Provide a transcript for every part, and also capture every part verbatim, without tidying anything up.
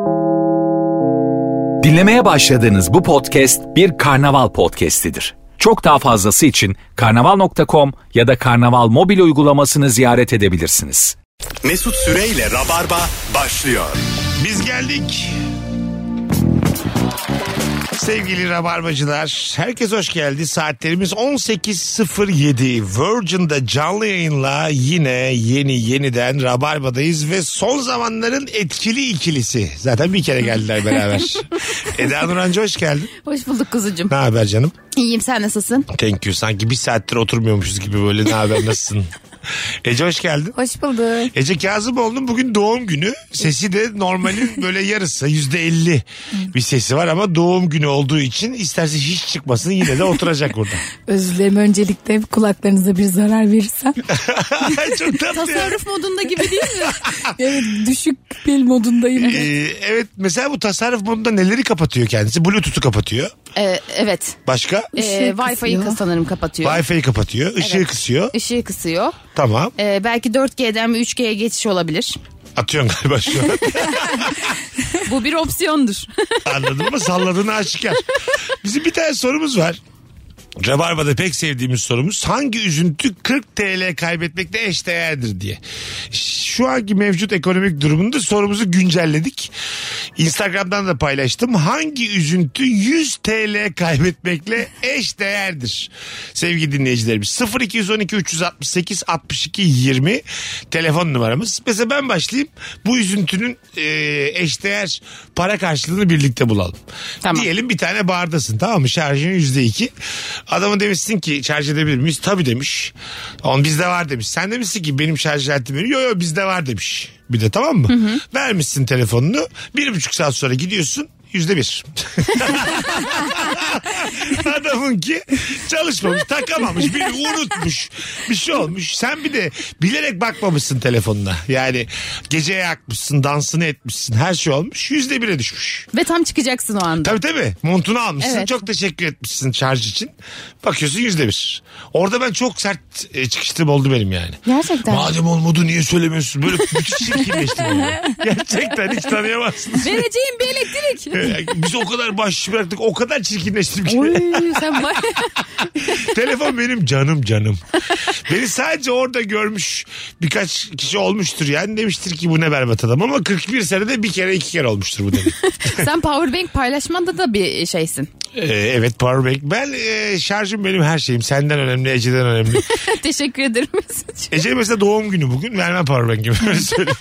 Dinlemeye başladığınız bu podcast bir karnaval podcastidir. Çok daha fazlası için karnaval nokta com ya da karnaval mobil uygulamasını ziyaret edebilirsiniz. Mesut Süreyle Rabarba başlıyor. Biz geldik. Sevgili Rabarbacılar, herkes hoş geldi. Saatlerimiz on sekiz sıfır yedi. Virgin'de canlı yayınla yine yeni yeniden Rabarba'dayız ve son zamanların etkili ikilisi. Zaten bir kere geldiler beraber. Eda Nurancı hoş geldin. Hoş bulduk kuzucuğum. Ne haber canım? İyiyim, sen nasılsın? Thank you. Sanki bir saattir oturmuyormuşuz gibi böyle ne haber nasılsın? Ece hoş geldin. Hoş bulduk. Ece Kazımoğlu'nun bugün doğum günü. Sesi de normalin böyle yarısı, yüzde elli bir sesi var ama doğum günü olduğu için isterse hiç çıkmasın yine de oturacak orada. Özür dilerim, öncelikle kulaklarınıza bir zarar verirsem. Çok tatlı. Tasarruf modunda gibi değil mi? Evet, düşük bel modundayım. Ee, evet, mesela bu tasarruf modunda neleri kapatıyor kendisi? Bluetooth'u kapatıyor. Ee, evet. Başka? Ee, Wi-Fi'yi kısıyor. sanırım kapatıyor. Wi-Fi'yi kapatıyor. Işığı Evet. kısıyor. Işığı kısıyor. Tamam. Ee, belki dört G'den mi üç G'ye geçiş olabilir. Atıyorsun galiba şu an. Bu bir opsiyondur. Anladın mı? Salladığını aşikar. Bizim bir tane sorumuz var. Rabarba'da pek sevdiğimiz sorumuz, hangi üzüntü kırk TL kaybetmekle eşdeğerdir diye. Şu anki mevcut ekonomik durumunda sorumuzu güncelledik. Instagram'dan da paylaştım. Hangi üzüntü yüz TL kaybetmekle eşdeğerdir? Sevgili dinleyicilerimiz, sıfır iki on iki üç altı sekiz altmış iki yirmi telefon numaramız. Mesela ben başlayayım. Bu üzüntünün e, eşdeğer para karşılığını birlikte bulalım. Tamam. Diyelim bir tane bardasın, tamam mı? Şarjın yüzde iki. Adama demişsin ki şarj edebilir miyiz? Tabii demiş. On bizde var demiş. Sen demişsin ki benim şarj aletim veriyor. Yo yo bizde var demiş. Bir de, tamam mı? Hı hı. Vermişsin telefonunu. Bir buçuk saat sonra gidiyorsun. Yüzde bir. Adamın ki çalışmamış, takamamış, biri unutmuş, bir şey olmuş. Sen bir de bilerek bakmamışsın telefonuna. Yani geceye yakmışsın, dansını etmişsin, her şey olmuş. Yüzde bire düşmüş. Ve tam çıkacaksın o anda. Tabii tabii. Montunu almışsın. Evet. Çok teşekkür etmişsin şarj için. Bakıyorsun yüzde bir. Orada ben çok sert e, çıkıştığım oldu benim yani. Gerçekten. Madem olmadı niye söylemiyorsun? Böyle müthiş çirkinleştim. Yani. Gerçekten hiç tanıyamazsınız. Vereceğim bir elektrik. Biz o kadar baş bıraktık, o kadar çirkinleştim ki. Oy, sen bak. Telefon benim canım canım. Beni sadece orada görmüş birkaç kişi olmuştur yani, demiştir ki bu ne berbat adam, ama kırk bir senede bir kere iki kere olmuştur bu demek. Sen powerbank paylaşmanda da bir şeysin. Ee, evet, powerbank. Ben e, şarjım benim her şeyim. Senden önemli, Ece'den önemli. Teşekkür ederim. Ece mesela doğum günü bugün, vermem powerbank'imi. Öyle söyleyeyim.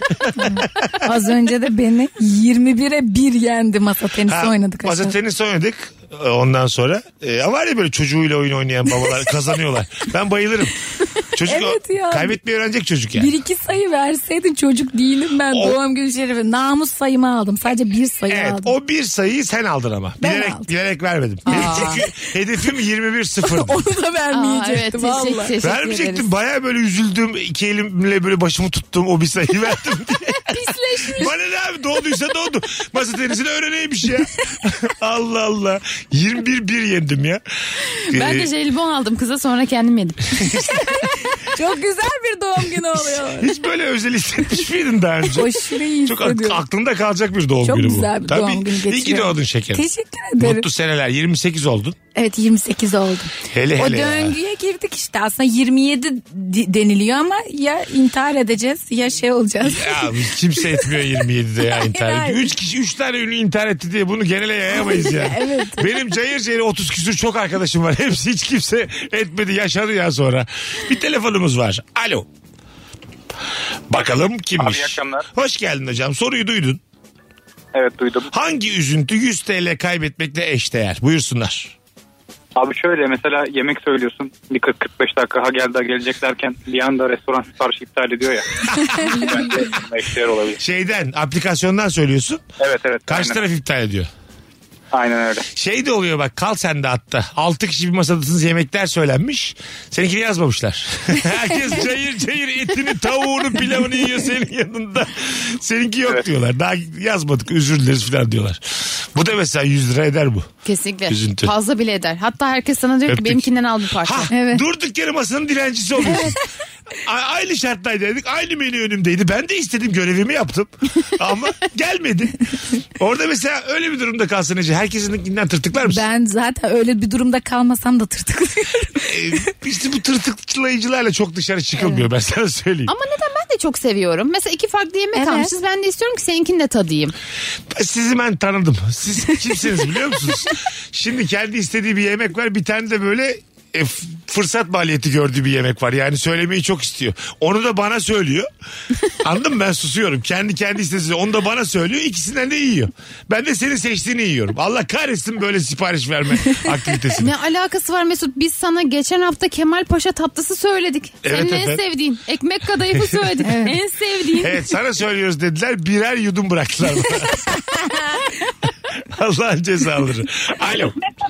Az önce de beni yirmi bire bir yendi, masa tenisi Ha, oynadık. Masa aşağıda. tenisi oynadık. Ondan sonra e, var ya böyle çocuğuyla oyun oynayan babalar kazanıyorlar. Ben bayılırım. Çocuk Evet ya. kaybetmeyi öğrenecek çocuk yani. Bir iki sayı verseydin, çocuk değilim ben. O- Doğum günü şerefi. Namus sayımı aldım. Sadece bir sayı Evet, aldım. o bir sayıyı sen aldın ama. Ben Bilerek aldım. bilerek vermedim. Benim çünkü hedefim yirmi bir sıfırdı. Onu da Aa, vermeyecektim evet, valla. teşekkür, teşekkür Vermeyecektim. ederiz. Baya böyle üzüldüm. İki elimle böyle başımı tuttum. O bir sayıyı verdim diye. Pisleşmiş. Bana ne abi, doğduysa doğdu. Masa tenisini öğreneymiş ya. Allah Allah. yirmi bir bir yendim ya. Ben Ee, de jelibon aldım kıza, sonra kendim yedim. Çok güzel bir doğum günü oluyor. Hiç böyle özel hissetmiş miydin daha önce? Aşırı iyi Çok hissediyorum. aklında kalacak bir doğum Çok günü bu. güzel bir Tabii. doğum günü İyi ki geçiriyorum. doğdun şekerim. Teşekkür ederim. Mutlu seneler. yirmi sekiz oldun. Evet, yirmi sekiz oldum. Hele O hele ya. döngüye girdik işte. Aslında yirmi yedi di- deniliyor ama ya intihar edeceğiz ya şey olacağız. Ya kimse etmiyor yirmi yedide ya intihar. Hayır. Üç kişi, üç tane ünlü intihar etti diye bunu genele yayamayız ya. Evet. Benim cayır cayır otuz küsür çok arkadaşım var. Hepsi hiç kimse etmedi, yaşadı ya sonra. Bir telefonumuz var. Alo. Bakalım kimmiş? Abi iyi akşamlar. Hoş geldin hocam. Soruyu duydun. Evet, duydum. Hangi üzüntü yüz TL kaybetmekle eşdeğer? Buyursunlar. Abi şöyle, mesela yemek söylüyorsun. Bir kırk kırk beş dakika ha geldi ha gelecek derken bir anda restoran siparişi iptal ediyor ya. Bence eşdeğer olabilir. Şeyden, aplikasyondan söylüyorsun. Evet evet. Karşı aynen. taraf iptal ediyor. Aynen öyle. Şey de oluyor bak, kal sen de hatta. Altı kişi bir masadasınız, yemekler söylenmiş. Seninkini yazmamışlar. Herkes cayır cayır etini, tavuğunu, pilavını yiyor senin yanında. Seninki yok Evet. diyorlar. Daha yazmadık, özür dileriz falan diyorlar. Bu da mesela yüz lira eder bu. Kesinlikle. Üzüntü. Fazla bile eder. Hatta herkes sana diyor Öptük. ki benimkinden al bir parça. Ha, Evet. durduk yere masanın dilencisi oluyorsun. A- aynı şartlardaydık. Aynı menü önümdeydi. Ben de istedim, görevimi yaptım. Ama gelmedi. Orada mesela öyle bir durumda kalsın Ece. Herkesinkinden tırtıklar mısın? Ben zaten öyle bir durumda kalmasam da tırtıklıyorum. Ee, işte bu tırtıklayıcılarla çok dışarı çıkılmıyor, ben sana söyleyeyim. Ama neden, ben de çok seviyorum. Mesela iki farklı yemek Evet. almışız. Ben de istiyorum ki seninkini de tadayım. Sizi ben tanıdım. Siz kimsiniz biliyor musunuz? Şimdi kendi istediği bir yemek var. Bir tane de böyle e, f- fırsat maliyeti gördüğü bir yemek var. Yani söylemeyi çok istiyor. Onu da bana söylüyor. Anladın mı? Ben susuyorum. Kendi kendi istediği. Onu da bana söylüyor. İkisinden de yiyor. Ben de senin seçtiğini yiyorum. Allah kahretsin böyle sipariş verme aktivitesini. Ne alakası var Mesut? Biz sana geçen hafta Kemal Paşa tatlısı söyledik. Evet Senin en efendim. sevdiğin. Ekmek kadayıfı söyledik. En sevdiğin. Evet, sana söylüyoruz dediler. Birer yudum bıraktılar bana. Allah'ın cezaları. Alo.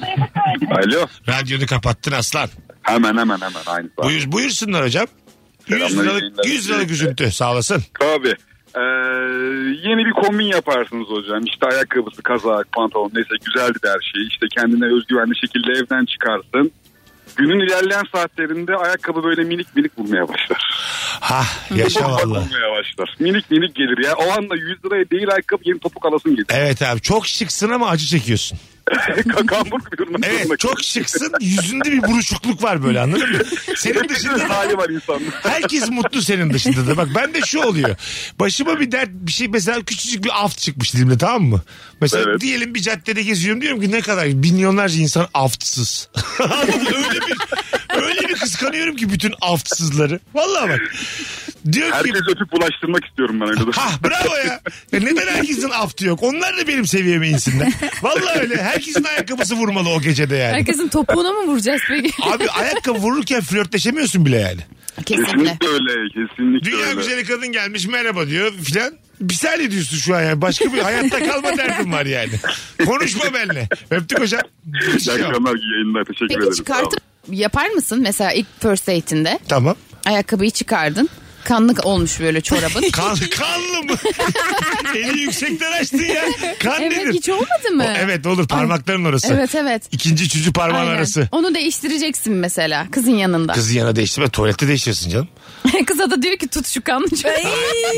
Alo. Radyonu kapattın aslan. Hemen hemen hemen aynı. Buyur, buyursunlar hocam. yüz Selamlar, liralık, yayınlar. yüz liralık üzüntü, sağ olasın. Tabii. Ee, yeni bir kombin yaparsınız hocam. İşte ayakkabısı, kazak, pantolon neyse güzeldi de her şey. İşte kendine özgüvenli şekilde evden çıkarsın. Günün ilerleyen saatlerinde ayakkabı böyle minik minik bulmaya başlar. Ha, yaşa Topuk valla. bulmaya başlar. Minik minik gelir ya. O anda yüz liraya değil ayakkabı yeni topuk alasın gelir. Evet abi, çok şıksın ama acı çekiyorsun. Kambur bir durumda. Evet, çok şıksın, yüzünde bir buruşukluk var böyle, anladın mı? Senin dışında hali var insanın. herkes mutlu, senin dışında da. Bak ben de şu oluyor. Başıma bir dert, bir şey, mesela küçücük bir aft çıkmış dilimde, tamam mı? Mesela Evet. diyelim bir caddede geziyorum, diyorum ki ne kadar milyonlarca insan aftsız. öyle bir öyle bir kıskanıyorum ki bütün aftsızları. Vallahi bak. Diyor ki Herkes öpüp bulaştırmak istiyorum ben öyle. ha bravo ya. Ya neden herkesin aftı yok? Onlar da benim seviyeme insinler. Vallahi öyle. Herkesin ayakkabısı vurmalı o gecede yani. Herkesin topuğuna mı vuracağız peki? Abi ayakkabı vururken flörtleşemiyorsun bile yani. Kesinlikle. Kesinlikle öyle. Kesinlikle Dünya öyle. güzeli kadın gelmiş, merhaba diyor filan. Bir saniye diyorsun şu an yani. Başka bir hayatta kalma derdim var yani. Konuşma benimle. Öptük hocam. İyi akşamlar, iyi yayınlar. Teşekkür ederim. Peki çıkartıp yapar mısın? Mesela ilk first date'inde Tamam. ayakkabıyı çıkardın. Kanlı olmuş böyle çorabın. Kan, kanlı mı? Eli yüksekten açtın ya. Kan Evet, nedir? hiç olmadı mı? O, evet olur, parmakların orası. Evet evet. İkinci üçüncü parmağın Aynen. arası. Onu değiştireceksin mesela kızın yanında. Kızın yana değiştirme, tuvalette değiştirsin canım. Kıza da diyor ki tut şu kanlı çorağı.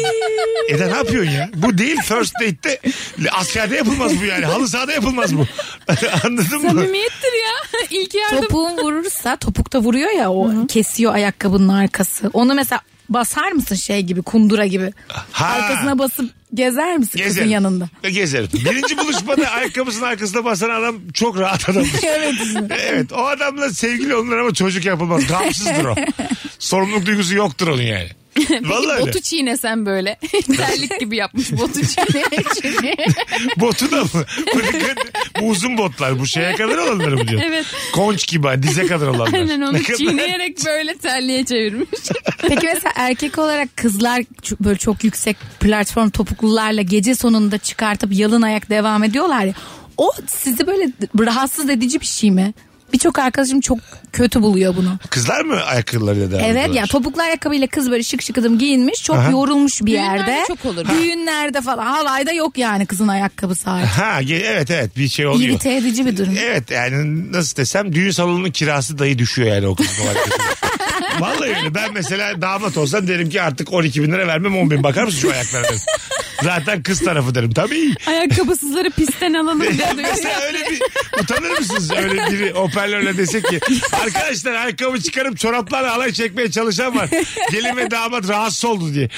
E de ne yapıyorsun ya? Bu değil first date'te. Askerde yapılmaz bu yani. Halı sahada yapılmaz bu. Anladın mı? Samimiyettir ya. İlk yardım. Topuğun vurursa, topuk da vuruyor ya, o kesiyor ayakkabının arkası. Onu mesela basar mısın şey gibi, kundura gibi? Ha. Arkasına basıp gezer misin Gezerim. kızın yanında? Gezerim. Birinci buluşmada ayakkabısının arkasına basan adam çok rahat adamdır. Evet. Evet, o adamla sevgili olunur ama çocuk yapılmaz. Gamsızdır o. Sorumluluk duygusu yoktur onun yani. Vallahi öyle. Botu çiğnesen böyle. Terlik gibi yapmış botu çiğne. Botu da mı? Bu, bu uzun botlar. Bu şeye kadar olanları mı diyor? Evet. Konç gibi dizeye kadar olanlar. Aynen, onu Ne kadar- çiğneyerek böyle terliğe çevirmiş. Peki mesela erkek olarak kızlar ç- böyle çok yüksek platform topuklularla gece sonunda çıkartıp yalın ayak devam ediyorlar ya. O sizi böyle rahatsız edici bir şey mi? Birçok arkadaşım çok kötü buluyor bunu. Kızlar mı ayakkabılarıyla devam Evet ediyorlar? ya, topuklu ayakkabıyla kız böyle şık şık adım giyinmiş, çok Aha. yorulmuş bir Düğünlerde yerde. çok olur. Düğünlerde falan, halayda yok yani kızın ayakkabısı artık. Ha ge- evet evet bir şey oluyor. İrite edici bir durum. Evet yani nasıl desem, düğün salonunun kirası dahi düşüyor yani o kızın o hareketiyle. Vallahi öyle. Ben mesela damat olsam derim ki artık on iki bin lira vermem, on bin, bakar mısın şu ayaklara derim. Zaten kız tarafı derim tabii. Ayakkabısızları pistten alalım diye duyuyor. Mesela öyle bir utanır mısınız, öyle biri hoparlörle desek ki arkadaşlar ayakkabı çıkarıp çoraplarla alay çekmeye çalışan var. Gelin ve damat rahatsız oldu diye.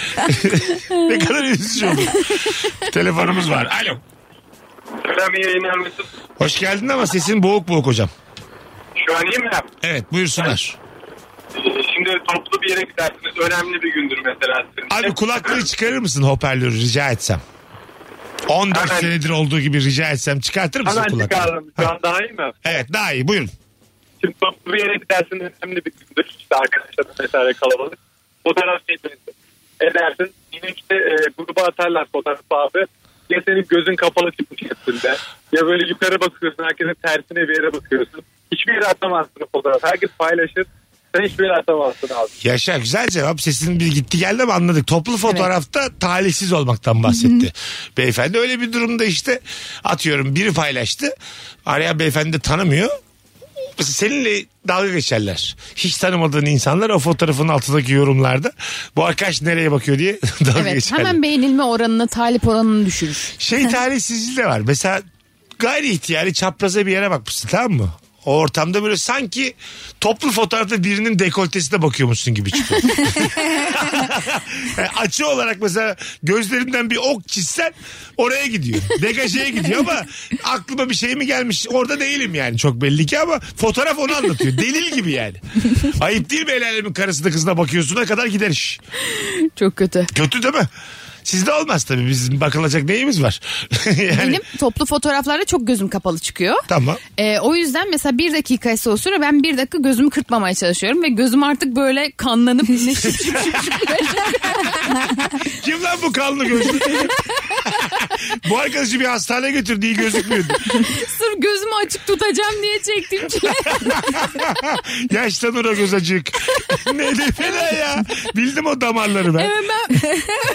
Ne kadar üzücü olur. Telefonumuz var. Alo. Selam, iyi yayınlar Mesut. Hoş geldin ama sesin boğuk boğuk hocam. Şu an iyi mi? Evet buyursunlar. Şimdi toplu bir yere gidersiniz. Önemli bir gündür mesela. Abi kulaklığı çıkarır mısın, hoparlörü rica etsem? on dört Hemen. senedir olduğu gibi rica etsem çıkartır mısın Hemen kulaklığı? çıkardım. Şu Ha, an daha iyi mi? evet daha iyi, buyurun. Şimdi toplu bir yere gidersiniz. Önemli bir gündür. İşte arkadaşlar vesaire kalabalık. Fotoğraf çekmenizi edersin. Yine işte e, gruba atarlar fotoğrafı abi. Ya senin gözün kapalı çıkmış üstünde. Ya böyle yukarı bakıyorsun. Herkesin tersine bir yere bakıyorsun. Hiçbir yere atamazsın o fotoğraf. Herkes paylaşır. Sen hiçbir yere atamazsın abi. Yaşa, güzel cevap. Sesinin bir gitti geldi ama anladık. Toplu fotoğrafta talihsiz olmaktan bahsetti. Beyefendi öyle bir durumda işte, atıyorum biri paylaştı. Arayan beyefendi de tanımıyor. mesela seninle dalga geçerler. Hiç tanımadığın insanlar o fotoğrafın altındaki yorumlarda bu arkadaş nereye bakıyor diye dalga Evet, geçerler. hemen beğenilme oranını, talip oranını düşürür. Şey talihsizliği de var. Mesela gayri ihtiyari çapraza bir yere bakmışsın, tamam mı? O ortamda böyle sanki toplu fotoğrafta birinin dekoltesine bakıyormuşsun gibi çıkıyor. Yani açı olarak mesela gözlerinden bir ok çizsen oraya gidiyor. Degajeye gidiyor ama aklıma bir şey mi gelmiş? Orada değilim yani, çok belli ki, ama fotoğraf onu anlatıyor. Delil gibi yani. Ayıp değil mi el alemin karısına kızına bakıyorsun'a kadar gider iş. Çok kötü. Kötü değil mi? Sizde olmaz tabii. Bizim bakılacak neyimiz var? Yani, Benim toplu fotoğraflarda çok gözüm kapalı çıkıyor. tamam. Ee, o yüzden mesela bir dakikası o süre ben bir dakika gözümü kırpmamaya çalışıyorum. Ve gözüm artık böyle kanlanıp ne şıp şıp şıp şıp böyle. Kim lan bu kanlı gözlü? Bu arkadaşı bir hastaneye götürdü, iyi gözükmüyordu. Sırf gözümü açık tutacağım diye çektim çile. Yaşlanır o göz acık. Ne de fena ya. Bildim o damarları ben. Evet, ben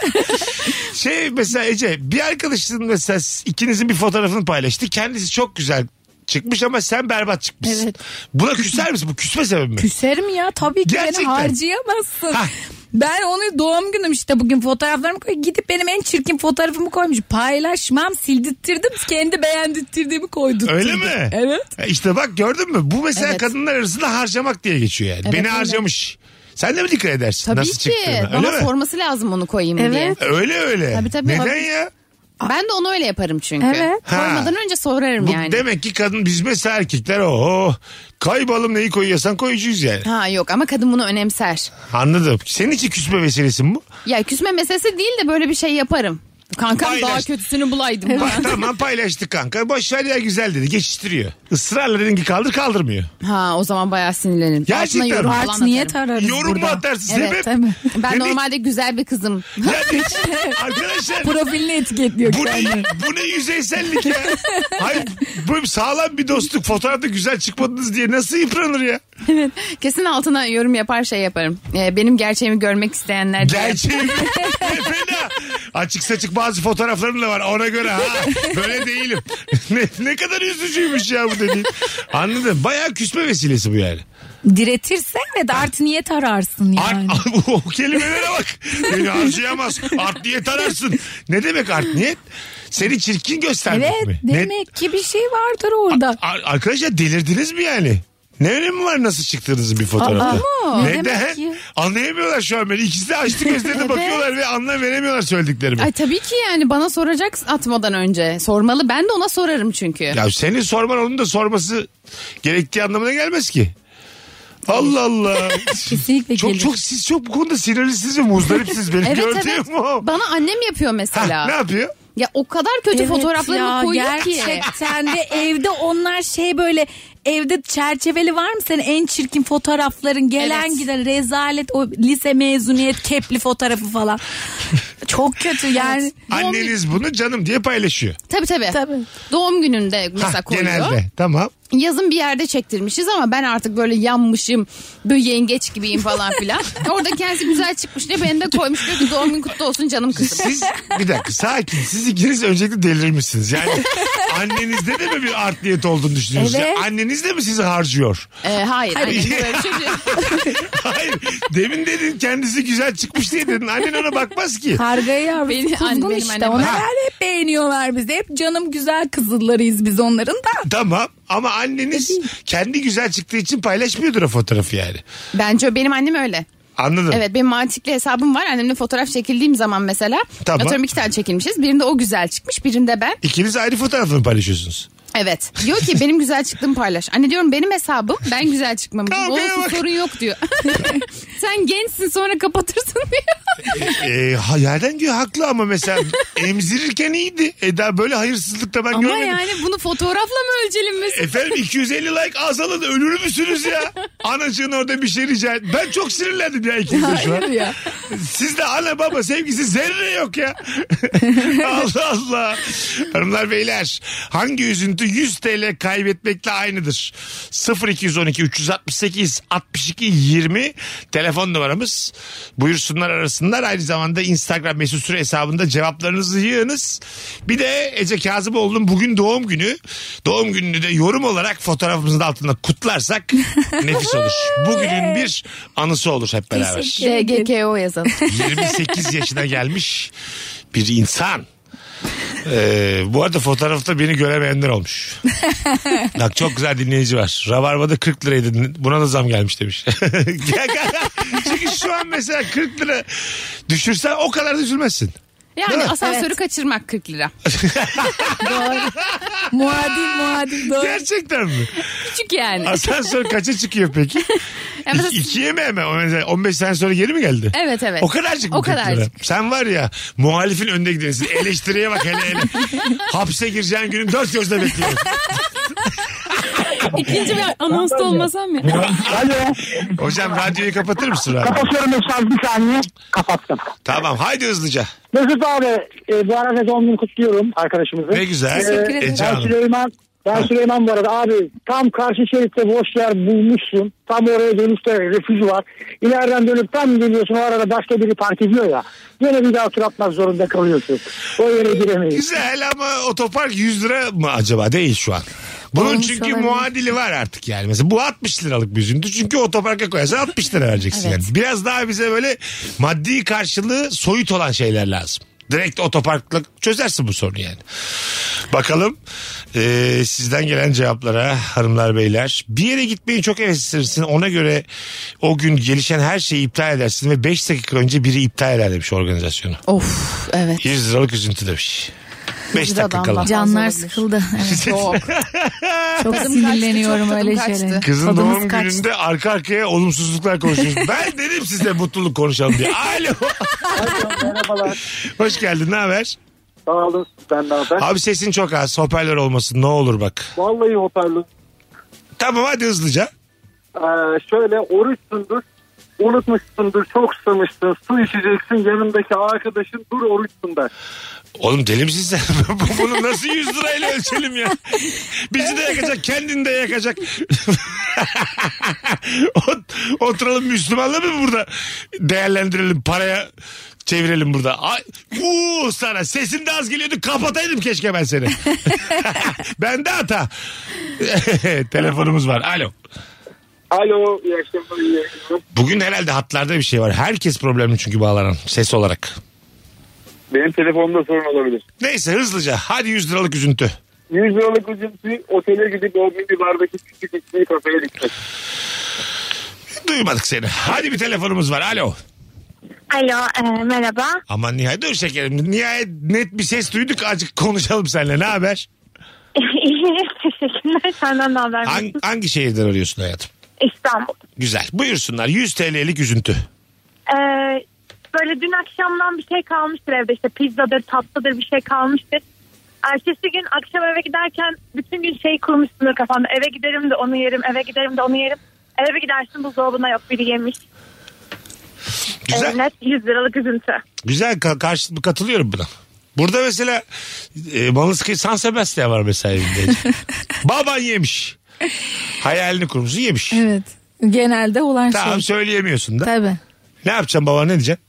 Şey mesela Ece, bir arkadaşın mesela ikinizin bir fotoğrafını paylaştı. Kendisi çok güzel çıkmış ama sen berbat çıkmışsın. Evet. Buna küser misin? Bu küsme sebebi mi? Küserim ya, tabii ki Gerçekten. beni harcayamazsın. Hah. Ben onu doğum günüm işte bugün fotoğraflarımı koy. Gidip benim en çirkin fotoğrafımı koymuş. Paylaşmam, sildirttirdim. Kendi beğendirttirdiğimi koydurtturdum. Öyle mi? Evet. E İşte bak, gördün mü? Bu mesela Evet. kadınlar arasında harcamak diye geçiyor yani. Evet, Beni öyle. harcamış. Sen de mi dikkat edersin? tabii Nasıl ki çıktığını? bana Öyle mi? sorması lazım onu koyayım Evet. diye. Öyle öyle. Tabii, tabii. Neden Tabii. ya? Ben de onu öyle yaparım çünkü. Evet. Koymadan önce sorarım Bu yani. demek ki kadın, biz mesela erkekler o kaybalım, neyi koyuyorsan koyucuyuz yani. Ha yok, ama kadın bunu önemser. Anladım. Senin için küsme vesilesi mi bu? Ya küsme meselesi değil de böyle bir şey yaparım. Kankam Paylaş. daha kötüsünü bulaydım. Pa- tamam, paylaştık kanka. Boş ver ya, güzel dedi. Geçiştiriyor. Israrla dedin ki kaldır, kaldırmıyor. Ha, o zaman bayağı sinirlenirim. Gerçekten Altına yorum mi? falan Art niyet atarım. ararız Yorum mu burada. atarsın? Evet, Sebep? tabii. Ben Yani- normalde güzel bir kızım. Yani, arkadaşlar Profilini etiketliyor bu ne, kendini. bu ne yüzeysellik ya? Hayır, bu sağlam bir dostluk. Fotoğrafta güzel çıkmadınız diye nasıl yıpranır ya? Evet. Kesin altına yorum yapar, şey yaparım. Ee, benim gerçeğimi görmek isteyenler diye. Gerçeğim. Ne fena. Açık saçık bazı fotoğraflarım da var, ona göre ha. Böyle değilim. ne, ne kadar üzücüymüş ya bu dediğin. Anladım. Bayağı küsme vesilesi bu yani. Diretirsen ve de art niyet ararsın yani. Art, o kelimelere bak. Beni harcayamaz. Art niyet ararsın. Ne demek art niyet? Seni çirkin göstermek Evet, mi? Ne- demek ki bir şey vardır orada. Ar- Arkadaşlar delirdiniz mi yani? Ne önemi var nasıl çıktığınızın bir fotoğrafta? Aa, ne Neden? demek ki? Anlayamıyorlar şu an beni. İkisi de açtı gözlerini bakıyorlar ve anlam veremiyorlar söylediklerimi. Ay tabii ki yani, bana soracak atmadan önce. Sormalı, ben de ona sorarım çünkü. Ya senin sorman onun da sorması gerektiği anlamına gelmez ki. Allah Allah. Kesinlikle çok gelir. çok siz çok bu konuda sinirlisiniz ve muzdaripsiniz. Benim Evet, gördüğüm evet. o. Bana annem yapıyor Ha, mesela. ne yapıyor? Ya o kadar kötü Evet fotoğraflarımı ya, koyuyor ki. gerçekten de evde onlar şey böyle, evde çerçeveli var mı senin en çirkin fotoğrafların, gelen Evet. giden rezalet, o lise mezuniyet kepli fotoğrafı falan. Çok kötü yani. Anneniz bunu canım diye paylaşıyor. Tabii tabii. Tabii. Doğum gününde mesela Ha, koyuyor. genelde tamam. Yazın bir yerde çektirmişiz ama ben artık böyle yanmışım, böyle yengeç gibiyim falan filan. Orada kendisi güzel çıkmış diye beni de koymuş, diyor ki doğum gün kutlu olsun canım kızım. Siz bir dakika sakin. Siz ikiniz öncelikle delirmişsiniz. Yani annenizde de mi bir art niyet olduğunu düşünüyorsunuz? Evet. Ya Anneniz de mi sizi harcıyor? Ee, hayır, annem de böyle çocuğu. Hayır. Demin dedin kendisi güzel çıkmış diye dedin. Annen ona bakmaz ki. Kargayı yavrusu Benim- kuzgun anne- benim işte. annem- Onlar Ha. hep beğeniyorlar bizi. Hep canım güzel kızıllarıyız biz onların da. Tamam ama anneniz kendi güzel çıktığı için paylaşmıyordur o fotoğrafı yani. Bence benim annem öyle. Anladım. Evet, benim mantıklı hesabım var. Annemle fotoğraf çekildiğim zaman mesela. Tamam. Atıyorum iki tane çekilmişiz. Birinde o güzel çıkmış, birinde ben. İkiniz ayrı fotoğrafını paylaşıyorsunuz. Evet. Diyor ki benim güzel çıktığımı paylaş. Anne diyorum, benim hesabım, ben güzel çıkmam. Kavgaya Olsun, bak. sorun yok diyor. Sen gençsin, sonra kapatırsın diyor. Ee, ha, yerden diyor haklı ama mesela emzirirken iyiydi. Eda böyle hayırsızlıkta ben Ama görmedim. yani bunu fotoğrafla mı ölçelim mesela? Efendim iki yüz elli like azalın, ölür müsünüz ya? Anacığın orada bir şey rica et. Ben çok sinirlendim ya ikinize şu an. Hayır ya. Sizde ana baba sevgisi zerre yok ya. Allah Allah. Hanımlar beyler, hangi üzüntü üzüntü yüz T L kaybetmekle aynıdır. sıfır iki on iki üç altı sekiz altmış iki yirmi telefon numaramız. Buyursunlar arasınlar. Aynı zamanda Instagram Mesut Süre hesabında cevaplarınızı yığınız. Bir de Ece Kazımoğlu'nun bugün doğum günü. Doğum gününü de yorum olarak fotoğrafımızın altında kutlarsak nefis olur. Bugünün bir anısı olur hep beraber. G G K O yazalım. yirmi sekiz yaşına gelmiş bir insan. Ee, bu arada fotoğrafta beni göremeyenler olmuş. Bak çok güzel dinleyici var. Rabarba'da kırk liraydı. Buna da zam gelmiş demiş. Çünkü şu an mesela kırk lira düşürsen o kadar da üzülmezsin. Yani asansörü evet. kaçırmak kırk lira. Doğru. Muadil muadil doğru. Gerçekten mi? Küçük yani. Asansör kaça çıkıyor peki? Yani mesela... İkiye mi hemen? on beş sene sonra geri mi geldi? Evet evet. O kadarcık mı? O kadarcık. Sen var ya muhalifin önde gidiyorsun. Eleştiriye bak hele hele. Hapse gireceğin günün dört gözle bekliyorum. İkinci bir anonsta olmasam ya. Alo. Hocam radyoyu kapatır mısın abi? Kapatıyorum Mesut, bir saniye. Kapattım. Tamam haydi hızlıca. Mesut abi e, bu arada doğum günü kutluyorum arkadaşımızı. Ne güzel. E, ben Süleyman. Ben Süleyman bu arada abi tam karşı şeritte boş yer bulmuşsun. Tam oraya dönüşte refüj var. İleriden dönüp tam geliyorsun, o arada başka biri park ediyor ya. Yine bir daha tur atmak zorunda kalıyorsun. O yere giremeyiz. Güzel ama otopark yüz lira mı acaba? Değil şu an. Bunun olmuş çünkü olabilir. Muadili var artık yani. Mesela bu altmış liralık bir üzüntü. Çünkü otoparka koyarsan altmış lira vereceksin evet. Yani. Biraz daha bize böyle maddi karşılığı soyut olan şeyler lazım. Direkt otoparkla çözersin bu sorunu yani. Bakalım e, sizden gelen cevaplara hanımlar beyler. Bir yere gitmeyi çok heveslenirsin. Ona göre o gün gelişen her şeyi iptal edersin ve beş dakika önce biri iptal eder demiş organizasyonu. Of evet. yüz liralık üzüntü demiş. beş dakika kala. Canlar sıkıldı. Evet. Çok. Çok sinirleniyorum çok öyle şeyler. Kızın Tadımız doğum kaçtı. Gününde arka arkaya olumsuzluklar konuşuyoruz. Ben dedim size mutluluk konuşalım diye. Alo. Merhabalar. Hoş geldin, ne haber? Sağ olun, ben de haber. Abi sesin çok az, hoparlör olmasın ne olur bak. Vallahi hoparlör. Tamam hadi hızlıca. Ee, şöyle oruçsundur. Unutmuşsundur, çok susamışsın, su içeceksin, yanındaki arkadaşın dur oruçsun der. Oğlum deli misin sen? Bunu nasıl yüz lirayla ölçelim ya? Bizi de yakacak, kendini de yakacak. Oturalım Müslümanla mı burada değerlendirelim, paraya çevirelim burada. Ay, uuu sana sesin de az geliyordu, kapataydım keşke ben seni. Ben de hata. Telefonumuz var. Alo. Alo, iyi akşamlar, iyi akşamlar. Bugün herhalde hatlarda bir şey var. Herkes problemli çünkü bağlanan ses olarak. Benim telefonumda sorun olabilir. Neyse hızlıca. Hadi yüz liralık üzüntü. yüz liralık üzüntü otele gidip o mini bardaki küçük içmeyi kafaya dikkat. Duymadık seni. Hadi bir telefonumuz var. Alo. Alo e, merhaba. Aman nihayet dur şekerim. Nihayet net bir ses duyduk. Azıcık konuşalım seninle. Ne haber? İyi teşekkürler. Senden ne haber? Hangi, hangi şehirden arıyorsun hayatım? İstanbul. Güzel. Buyursunlar. yüz T L'lik üzüntü. Eee... Böyle dün akşamdan bir şey kalmıştır evde, işte pizzadır, tatlıdır bir şey kalmıştır. Ertesi gün akşam eve giderken bütün gün şey kurmuşsundur kafanda. Eve giderim de onu yerim, eve giderim de onu yerim. Eve gidersin buzdolabına yok, biri yemiş. Güzel. Evet, net yüz liralık üzüntü. Güzel, ka- karşı katılıyorum buna. Burada mesela e, Malıskı San Sebastian var mesela evinde. Baban yemiş. Hayalini kurmuşsun, yemiş. Evet. Genelde olan tamam, şey. Tamam söyleyemiyorsun da. Tabii. Ne yapacaksın baba, ne diyeceksin?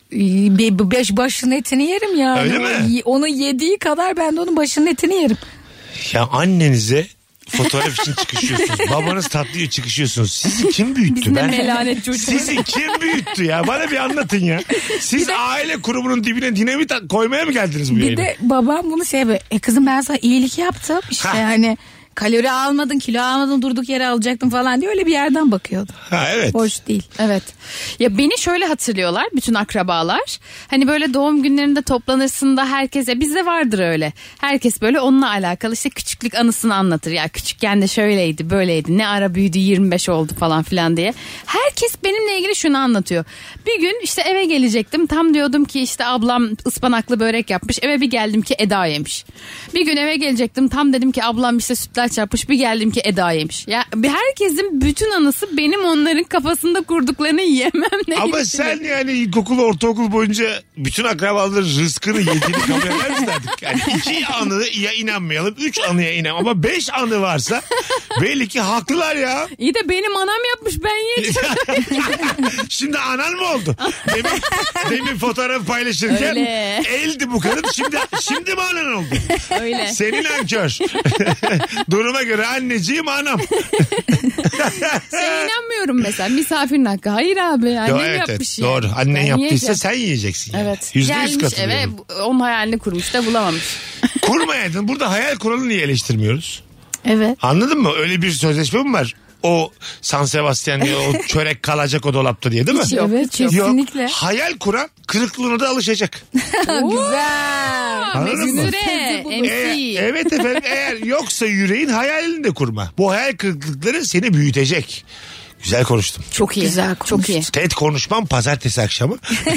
Beş başının etini yerim ya. Öyle mi? Onu yediği kadar ben de onun başının etini yerim. Ya annenize fotoğraf için çıkışıyorsunuz. Babanız tatlı çıkışıyorsunuz. Sizi kim büyüttü? Biz ben? melanet çocuğu. Sizi kim büyüttü ya? Bana bir anlatın ya. Siz de, aile kurumunun dibine dinamit koymaya mı geldiniz bu bir yayına? Bir de babam bunu şey böyle. E kızım ben sana iyilik yaptım. İşte ha. Hani kalori almadın, kilo almadın, durduk yere alacaktın falan diye öyle bir yerden bakıyordu. Ha evet. Hoş değil. Evet. Ya beni şöyle hatırlıyorlar bütün akrabalar. Hani böyle doğum günlerinde toplanırsın da herkese, bizde vardır öyle. Herkes böyle onunla alakalı işte küçüklük anısını anlatır. Ya küçükken de şöyleydi, böyleydi. Ne ara büyüdü, yirmi beş oldu falan filan diye. Herkes benimle ilgili şunu anlatıyor. Bir gün işte eve gelecektim. Tam diyordum ki işte ablam ıspanaklı börek yapmış. Eve bir geldim ki Eda yemiş. Bir gün eve gelecektim. Tam dedim ki ablam işte sütlaç çarpmış, bir geldim ki Eda'ymış. Ya herkesin bütün anısı benim onların kafasında kurduklarını yemem ne Ama ilgisi? sen yani ilkokul, ortaokul boyunca bütün akrabaların rızkını yediğini kabul eder misin artık? Yani iki anıya inanmayalım, üç anıya inan. Ama beş anı varsa belli ki haklılar ya. İyi de benim anam yapmış, ben yiyeceğim. Şimdi anan mı oldu? Demin, demin fotoğraf paylaşırken Öyle. eldi bu kadın. Şimdi şimdi mi anan oldu? Öyle. Senin ankör. Duruma göre anneciğim anam. Sen inanmıyorum mesela, misafirin hakkı. Hayır abi, annem Yo, evet, yapmış evet, ya. doğru. Annen Ben yaptıysa yiyeceğim. sen yiyeceksin. Yani. Evet. Yüzde yüz Gelmiş eve, katılıyorum. onun hayalini kurmuş da bulamamış. Kurmayaydın. Burada hayal kuralı niye eleştirmiyoruz? Evet. Anladın mı? Öyle bir sözleşme mi var? O San Sebastian diye o çörek kalacak o dolapta diye, değil mi? Hiç yok. Evet, hiç yok. kesinlikle. Yok. Hayal kuran kırıklığına da alışacak. Güzel. Anladın mı? Süre, M Eğer- C. evet efendim, eğer yoksa yüreğin hayalini de kurma. Bu hayal kırıklıkları seni büyütecek. Güzel konuştum. Çok iyi. Güzel Çok iyi. TED konuşmam pazartesi akşamı.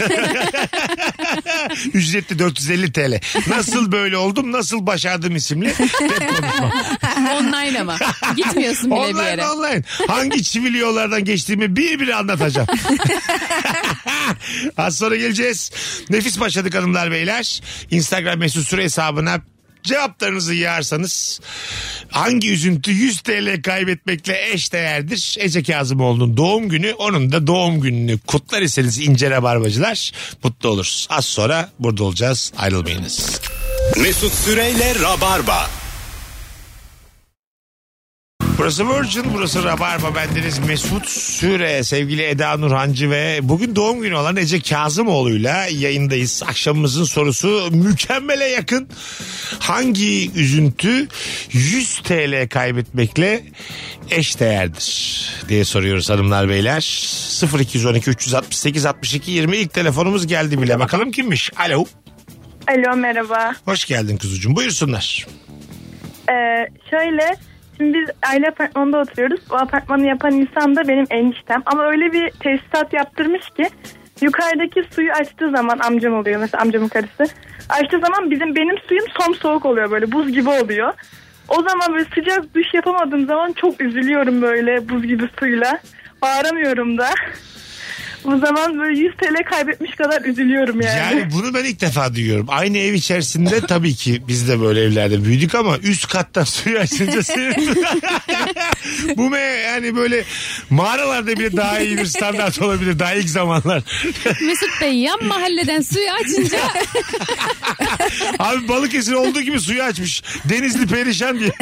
Ücretli dört yüz elli TL. Nasıl böyle oldum, nasıl başardım isimli TED konuşmam. Online ama. Gitmiyorsun bile bir Online yere. online. Hangi çivili yollardan geçtiğimi bir bir anlatacağım. Az sonra geleceğiz. Nefis başladık hanımlar beyler. Instagram mesut süre hesabına cevaplarınızı yığarsanız hangi üzüntü yüz TL kaybetmekle eşdeğerdir? Ece Kazımoğlu'nun doğum günü, onun da doğum gününü kutlar iseniz ince rabarbacılar, mutlu oluruz. Az sonra burada olacağız, ayrılmayınız. Mesut Süreyle Rabarba. Burası Virgin, burası Rabarba, bendeniz Mesut Süre, sevgili Eda Nurhancı ve bugün doğum günü olan Ece Kazımoğlu'yla yayındayız. Akşamımızın sorusu mükemmele yakın. Hangi üzüntü yüz TL kaybetmekle eşdeğerdir diye soruyoruz hanımlar beyler. sıfır iki on iki üç altı sekiz altmış iki yirmi ilk telefonumuz geldi bile. Bakalım kimmiş? Alo. Alo, merhaba. Hoş geldin kuzucuğum, buyursunlar. Ee, şöyle, şimdi biz aile apartmanında oturuyoruz. O apartmanı yapan insan da benim eniştem. Ama öyle bir tesisat yaptırmış ki yukarıdaki suyu açtığı zaman, amcam oluyor mesela, amcamın karısı. Açtığı zaman bizim benim suyum somsoğuk oluyor, böyle buz gibi oluyor. O zaman böyle sıcak duş yapamadığım zaman çok üzülüyorum böyle buz gibi suyla. Bağıramıyorum da. Bu zaman böyle yüz TL kaybetmiş kadar üzülüyorum yani. Yani bunu ben ilk defa duyuyorum. Aynı ev içerisinde tabii ki biz de böyle evlerde büyüdük ama üst kattan suyu açınca senin... Bu me yani böyle mağaralarda bile daha iyi bir standart olabilir daha ilk zamanlar. Mesut Bey yan mahalleden suyu açınca Abi Balıkesir olduğu gibi suyu açmış. Denizli perişan diye.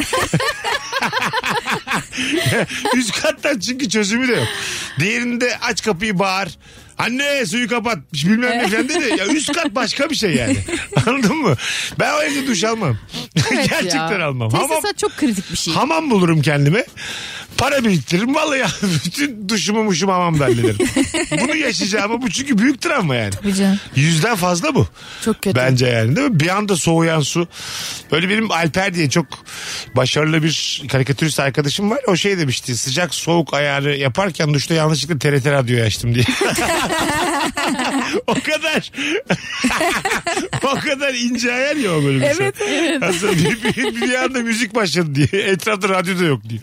Üst kattan çünkü çözümü de yok. Diğerinde aç kapıyı bağır. Anne suyu kapat. Bilmem ne falan dedi. Ya üst kat başka bir şey yani. Anladın mı? Ben o evde duş almam. Evet Gerçekten ya. almam. Hamam, Tesisat çok kritik bir şey. hamam bulurum kendime. Para biriktiririm. Vallahi ya, bütün duşumu muşumu hamamda hallederim. Bunu yaşayacağım ama bu çünkü büyük travma yani. Tabii canım. Yüzden fazla bu. Çok kötü. Bence yani, değil mi? Bir anda soğuyan su. Böyle benim Alper diye çok başarılı bir karikatürist arkadaşım var. O şey demişti, sıcak soğuk ayarı yaparken duşta yanlışlıkla T R T radyoyu açtım diye. O kadar o kadar ince ayar ya o bölüm. Evet, evet. Aslında bir, bir, bir anda müzik başladı diye. Etrafta radyo da yok diye.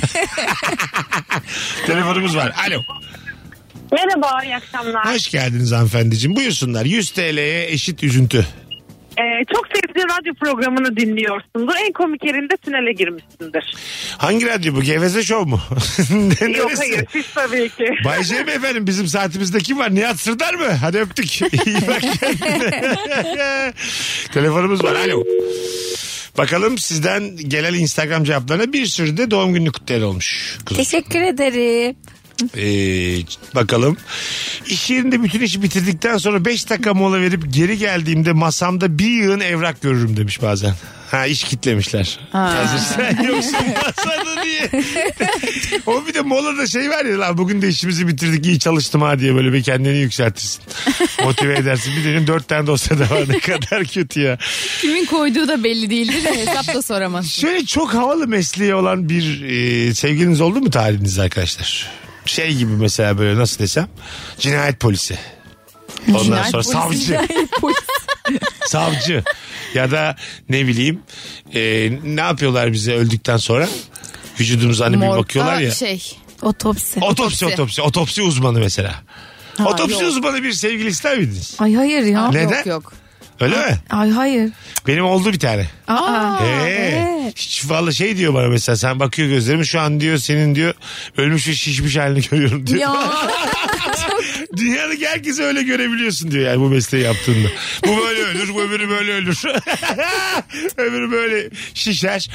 Telefonumuz var. Alo. Merhaba, iyi akşamlar. Hoş geldiniz hanımefendiciğim. Buyursunlar. yüz TL'ye eşit üzüntü. Ee, çok sevdiğin radyo programını dinliyorsundur. En komik yerinde tünele girmişsindir. Hangi radyo bu? Geveze Show mu? Yok hayır, siz tabii ki. Bay J mi efendim? Bizim saatimizde kim var? Nihat Sırdar mı? Hadi öptük. İyi bak kendine. Telefonumuz var. Alo. Bakalım sizden gelen Instagram cevaplarına bir sürü de doğum gününü kutlayan olmuş. Kızım. Teşekkür ederim. Ee, bakalım. İş yerinde bütün işi bitirdikten sonra beş dakika mola verip geri geldiğimde masamda bir yığın evrak görürüm demiş bazen. Ha, iş kitlemişler. Hazır sen yoksun masada diye. O bir de molada şey var ya, lan bugün de işimizi bitirdik iyi çalıştım ha diye böyle bir kendini yükseltirsin. Motive edersin. Bir dedim dört tane dosya da var, ne kadar kötü ya. Kimin koyduğu da belli değildir de hesap da soramaz. Şöyle çok havalı mesleği olan bir e, sevgiliniz oldu mu tarihinizde arkadaşlar? Şey gibi mesela, böyle nasıl desem, cinayet polisi. Ondan Cinayet sonra polisi, savcı. cinayet polisi. Savcı. Ya da ne bileyim e, ne yapıyorlar bize öldükten sonra? Vücudumuza hani bir Morgda bakıyorlar ya. şey. Otopsi. Otopsi otopsi. Otopsi uzmanı mesela. Ha, Otopsi yok. uzmanı bir sevgili ister miydiniz? Ay hayır ya. Neden? Yok yok. Öyle mi? Ay hayır. Benim oldu bir tane. Aa. Ee, evet. hiç vallahi şey diyor bana mesela, sen bakıyor gözlerime şu an diyor senin diyor ölmüş ve şişmiş halini görüyorum diyor. Ya. Dünyadaki herkesi öyle görebiliyorsun diyor yani bu mesleği yaptığında. Bu böyle ölür, bu öbürü böyle ölür. Öbürü böyle şişer.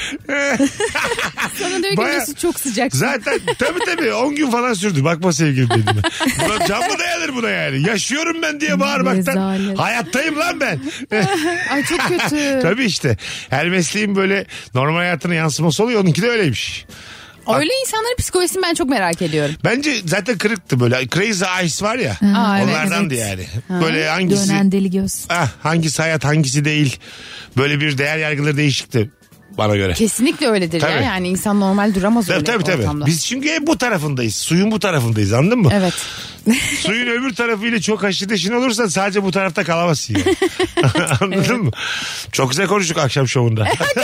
Sana diyor ki Baya- Mesut çok sıcak. Zaten tabii tabii on gün falan sürdü. Bakma sevgilim dedim. Buna can mı dayanır buna yani? Yaşıyorum ben diye bağırmaktan. Rezalet. Hayattayım lan ben. Ay çok kötü. Tabii işte. Her mesleğin böyle normal hayatına yansıması oluyor. Onunki de öyleymiş. Öyle insanların psikolojisini ben çok merak ediyorum. Bence zaten kırıktı böyle. Crazy Eyes var ya. Aa, evet, onlardandı evet. yani. Böyle hangisi Dönen deli göz. ah, hangisi hayat hangisi değil. Böyle bir değer yargıları değişikti bana göre. Kesinlikle öyledir Tabii. ya. Yani insan normal duramaz Tabii öyle tabii tabii. ortamda. Biz çünkü hep bu tarafındayız. Suyun bu tarafındayız, anladın mı? Evet. Suyun öbür tarafıyla çok haşır neşir olursan sadece bu tarafta kalamazsın yani. Anladın mı? Çok güzel konuştuk akşam şovunda.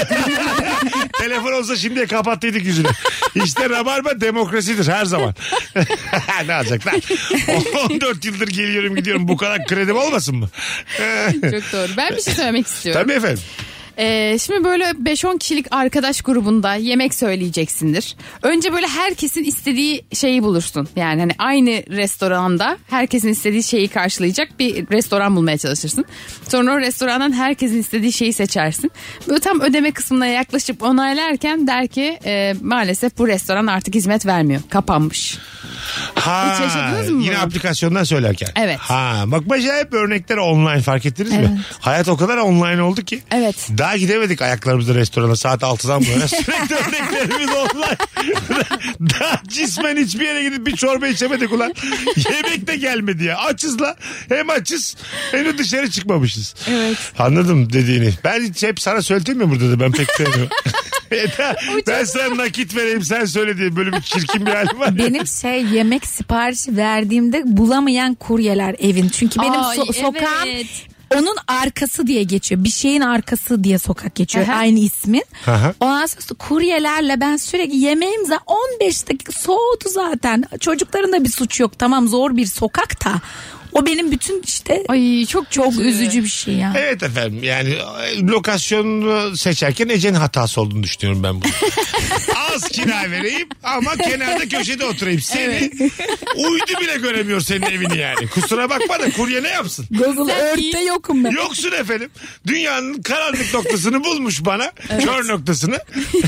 Telefon olsa şimdiye kapattıydık yüzünü. İşte Rabarba demokrasidir her zaman. Ne alacak lan? on dört yıldır geliyorum gidiyorum, bu kadar kredim olmasın mı? Çok doğru. Ben bir şey söylemek istiyorum. Tabii efendim. Ee, şimdi böyle beş on kişilik arkadaş grubunda yemek söyleyeceksindir. Önce böyle herkesin istediği şeyi bulursun. Yani hani aynı restoranda herkesin istediği şeyi karşılayacak bir restoran bulmaya çalışırsın. Sonra o restorandan herkesin istediği şeyi seçersin. Böyle tam ödeme kısmına yaklaşıp onaylarken der ki e, maalesef bu restoran artık hizmet vermiyor. Kapanmış. Ha, Hiç yaşadınız mı yine bunu? aplikasyondan söylerken. Evet. Ha, bak başa hep örnekler online, fark ettiniz mi? Evet. Hayat o kadar online oldu ki. Evet. Daha gidemedik ayaklarımızda restorana saat altıdan bu yana. Sürekli örneklerimiz online. Daha cismen hiçbir yere gidip bir çorba içemedik ulan. Yemek de gelmedi ya. Açız la. Hem açız hem de dışarı çıkmamışız. Evet. Anladım dediğini. Ben hiç hep sana söyledim mi burada da, ben pek sevmiyorum. Eda, ben sana nakit vereyim sen söyle diye böyle bir çirkin bir halim var. Benim şey yemek siparişi verdiğimde bulamayan kuryeler evin. Çünkü benim Ay, so- sokağım evet. onun arkası diye geçiyor. Bir şeyin arkası diye sokak geçiyor. Aha. Aynı ismin. Aha. Ondan sonra kuryelerle ben sürekli yemeğim zaten on beş dakika soğudu zaten. Çocukların da bir suçu yok. Tamam zor bir sokak da. O benim bütün işte Ay çok çok kötü. üzücü bir şey ya. Evet efendim, yani lokasyonu seçerken Ece'nin hatası olduğunu düşünüyorum ben bunu. Az kira vereyim ama kenarda köşede oturayım. Seni uydu bile göremiyor senin evini yani. Kusura bakma da kurye ne yapsın? Google Earth'te yokum ben. Yoksun efendim. Dünyanın karanlık noktasını bulmuş bana. Kör noktasını.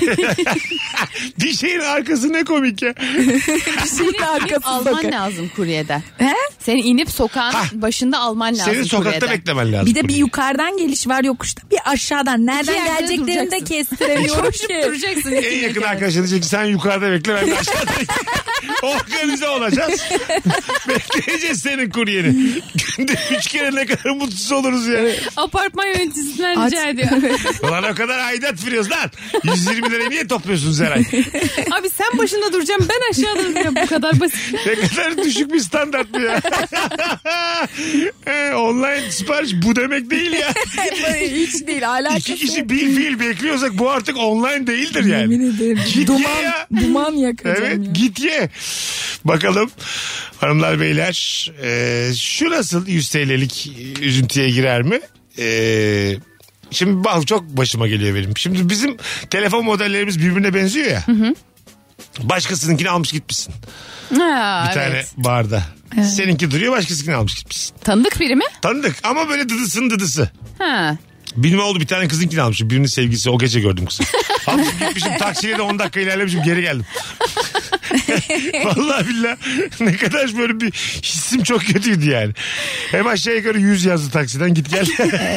Bir şeyin arkası ne komik ya. Senin arkası Alman sokak. lazım kuryeden. He? Senin inip sokağın Ha. başında alman lazım Senin sokakta kuryeden. beklemen lazım. Bir de bir kuryeyi. yukarıdan geliş var yokuşta. Bir aşağıdan. Nereden yerde geleceklerini de duracaksın. kestiremiyorum Koşup ki. duracaksın. En yakın arkadaşın diyecek ki sen yukarıda bekle, ben de aşağıda bekle. Organize olacağız. Bekleyeceğiz senin kuryeni. Günde üç kere ne kadar mutsuz oluruz ya. Apartman yöneticisinden Aç. rica ediyor. Ulan o kadar aidat veriyoruz lan. yüz yirmi lirayı niye topluyorsunuz her ay? Abi sen başında duracaksın, ben aşağıda duracağım. Bu kadar basit. Ne kadar düşük bir standart bu ya. Ee, online sipariş bu demek değil ya. Hiç değil alakası. İki kişi bir fiil bekliyorsak bu artık online değildir yani. Yemin ederim. Git duman, ye ya. duman yakacağım Evet ya. git ye. Bakalım hanımlar beyler, e, şu nasıl yüz TL'lik üzüntüye girer mi? E, şimdi bak çok başıma geliyor benim. Şimdi bizim telefon modellerimiz birbirine benziyor ya. Hı hı. Başkasınınkini almış gitmişsin. Ha, Bir tane evet. barda. Seninki duruyor, başkasınkini almış gitmişsin. Tanıdık biri mi? Tanıdık ama böyle dıdısının dıdısı. Ha. Benim oldu, bir tane kızınkini almışım. Birinin sevgilisi, o gece gördüm kızı. Almışım gitmişim, taksiyle de on dakika ilerlemişim, geri geldim. Vallahi billahi ne kadar böyle bir hissim çok kötüydü yani. Hem aşağı yukarı yüz yazdı taksiden, git gel.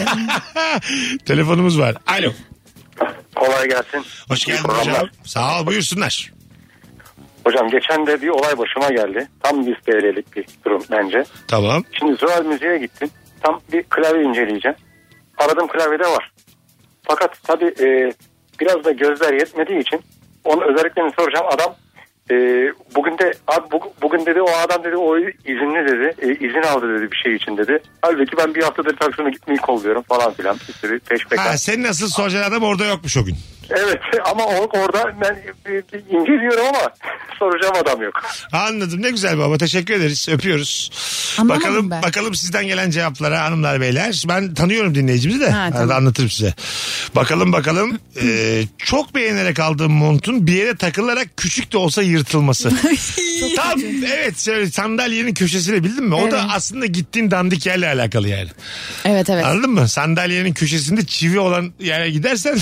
Telefonumuz var. Alo. Kolay gelsin. Hoş geldin İyi hocam. programlar. Sağ ol, buyursunlar. Hocam geçen de bir olay başıma geldi. Tam yüz T L'lik bir durum bence. Tamam. Şimdi Zuhal Müziği'ye gittim. Tam bir klavye inceleyeceğim. Aradığım klavyede var. Fakat tabii e, biraz da gözler yetmediği için onun özelliklerini soracağım. Adam Ee, bugün de abi bu, bugün dedi o adam dedi o izinli dedi. E, izin aldı dedi bir şey için dedi. Halbuki ben bir haftadır Taksim'e gitmeyi kolluyorum falan filan. Bir sürü peşmek. Ha, senin nasıl soracağın adam orada yokmuş o gün. Evet ama orada ben inceliyorum ama soracağım adam yok. Anladım, ne güzel baba, teşekkür ederiz, öpüyoruz. Anlamadım Bakalım ben. bakalım sizden gelen cevaplara hanımlar beyler. Ben tanıyorum dinleyicimizi de Ha, arada tamam. anlatırım size. Bakalım bakalım ee, çok beğenerek aldığım montun bir yere takılarak küçük de olsa yırtılması. Tam evet, şöyle sandalyenin köşesine, bildin mi? O Evet. da aslında gittiğin dandik yerle alakalı yani. Evet evet. Anladın mı? Sandalyenin köşesinde çivi olan yere gidersen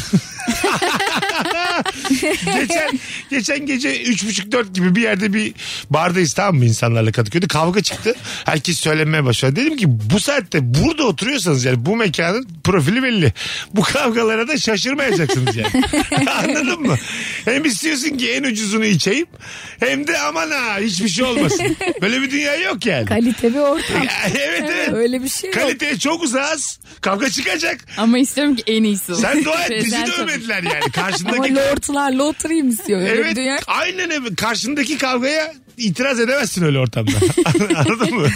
geçen, geçen gece üç buçuk dört gibi bir yerde bir bardayız, tamam mı, insanlarla Kadıköy'de kavga çıktı. Herkes söylenmeye başladı. Dedim ki bu saatte burada oturuyorsanız yani bu mekanın profili belli. Bu kavgalara da şaşırmayacaksınız yani. Anladın mı? Hem istiyorsun ki en ucuzunu içeyim hem de aman ha hiçbir şey olmasın. Böyle bir dünya yok yani. Kalite bir ortam. Evet evet. Öyle bir şey yok. Kaliteye çok uzağız. Kavga çıkacak. Ama istiyorum ki en iyisi olsun. Sen dua et bizi Prezent tabii. dövmediler yani. Ama Karşındaki lordlarla oturayım istiyor. Öyle bir evet, dünya. aynen öyle. Karşındaki kavgaya itiraz edemezsin öyle ortamda. Anladın mı?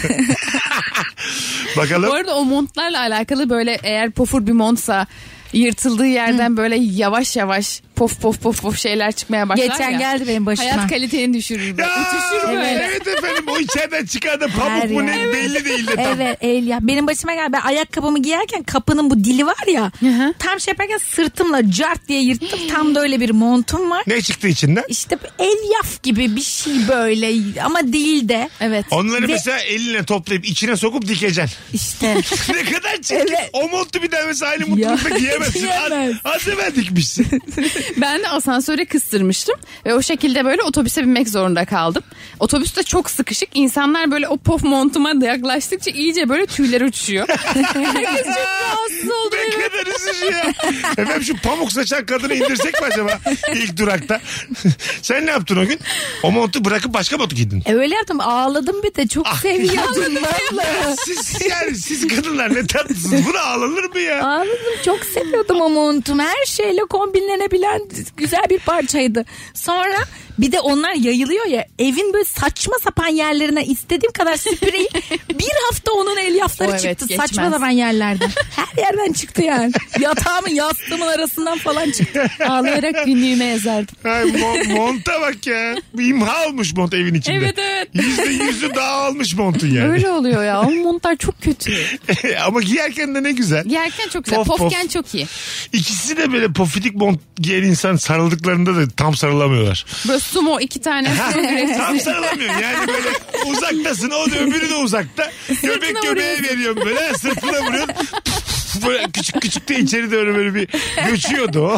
Bakalım. Bu arada o montlarla alakalı böyle eğer pofur bir montsa yırtıldığı yerden böyle yavaş yavaş pof pof pof pof şeyler çıkmaya başlar Geçen ya. geldi benim başıma. Hayat kaliteni düşürür. Ya, Uçuşur böyle. evet efendim, o içeriden çıkan da Her pamuk mu ne yer. belli değil de tam. Evet el ya. Benim başıma geldi. Ben ayakkabımı giyerken kapının bu dili var ya. hı. Tam şey yaparken sırtımla cart diye yırttım. Tam da öyle bir montum var. Ne çıktı içinden? İşte elyaf gibi bir şey böyle ama değil de. Evet. Onları Ve- mesela eline toplayıp içine sokup dikeceksin. İşte. Ne kadar çirkin. Evet. O montu bir daha mesela aynı mutlulukta giyemezsin. Giyemez. Az, az evvel dikmişsin. Ben de asansöre kıstırmıştım ve o şekilde böyle otobüse binmek zorunda kaldım. Otobüste çok sıkışık. İnsanlar böyle o pof montuma da yaklaştıkça iyice böyle tüyler uçuşuyor. Herkes çok rahatsız oldu. Ne kadar üzücü ya. Efendim şu pamuk saçan kadını indirsek mi acaba ilk durakta? Sen ne yaptın o gün? O montu bırakıp başka montu giydin. E öyle yaptım, ağladım bir de çok Ah. seviyordum vallahi. Siz yani siz kadınlar ne tatlısınız. Buna ağlanır mı ya? Ağladım, çok seviyordum o montumu. Her şeyle kombinlenebilen güzel bir parçaydı. Sonra bir de onlar yayılıyor ya, evin böyle saçma sapan yerlerine istediğim kadar süpüreyim. Bir hafta onun elyafları O evet, çıktı geçmez. saçma sapan yerlerden. Her yerden çıktı yani. Yatağımın yastığımın arasından falan çıktı. Ağlayarak günlüğüme yazardım. Ay, mo- monta bak ya. Bir imha olmuş mont evin içinde. Evet evet. Yüzde yüzü daha almış montun yani. Öyle oluyor ya. O montlar çok kötü. Ama giyerken de ne güzel. Giyerken çok güzel. Pof, pof. Pofken çok iyi. İkisi de böyle pofidik mont giyen insan sarıldıklarında da tam sarılamıyorlar. Böyle sumo iki tane. Tam sarılamıyor. Yani böyle uzaktasın, o da öbürü de uzakta. Göbek göbeğe veriyorum böyle, sırtına vuruyorsun. Böyle küçük küçük de içeri doğru böyle bir göçüyordu o.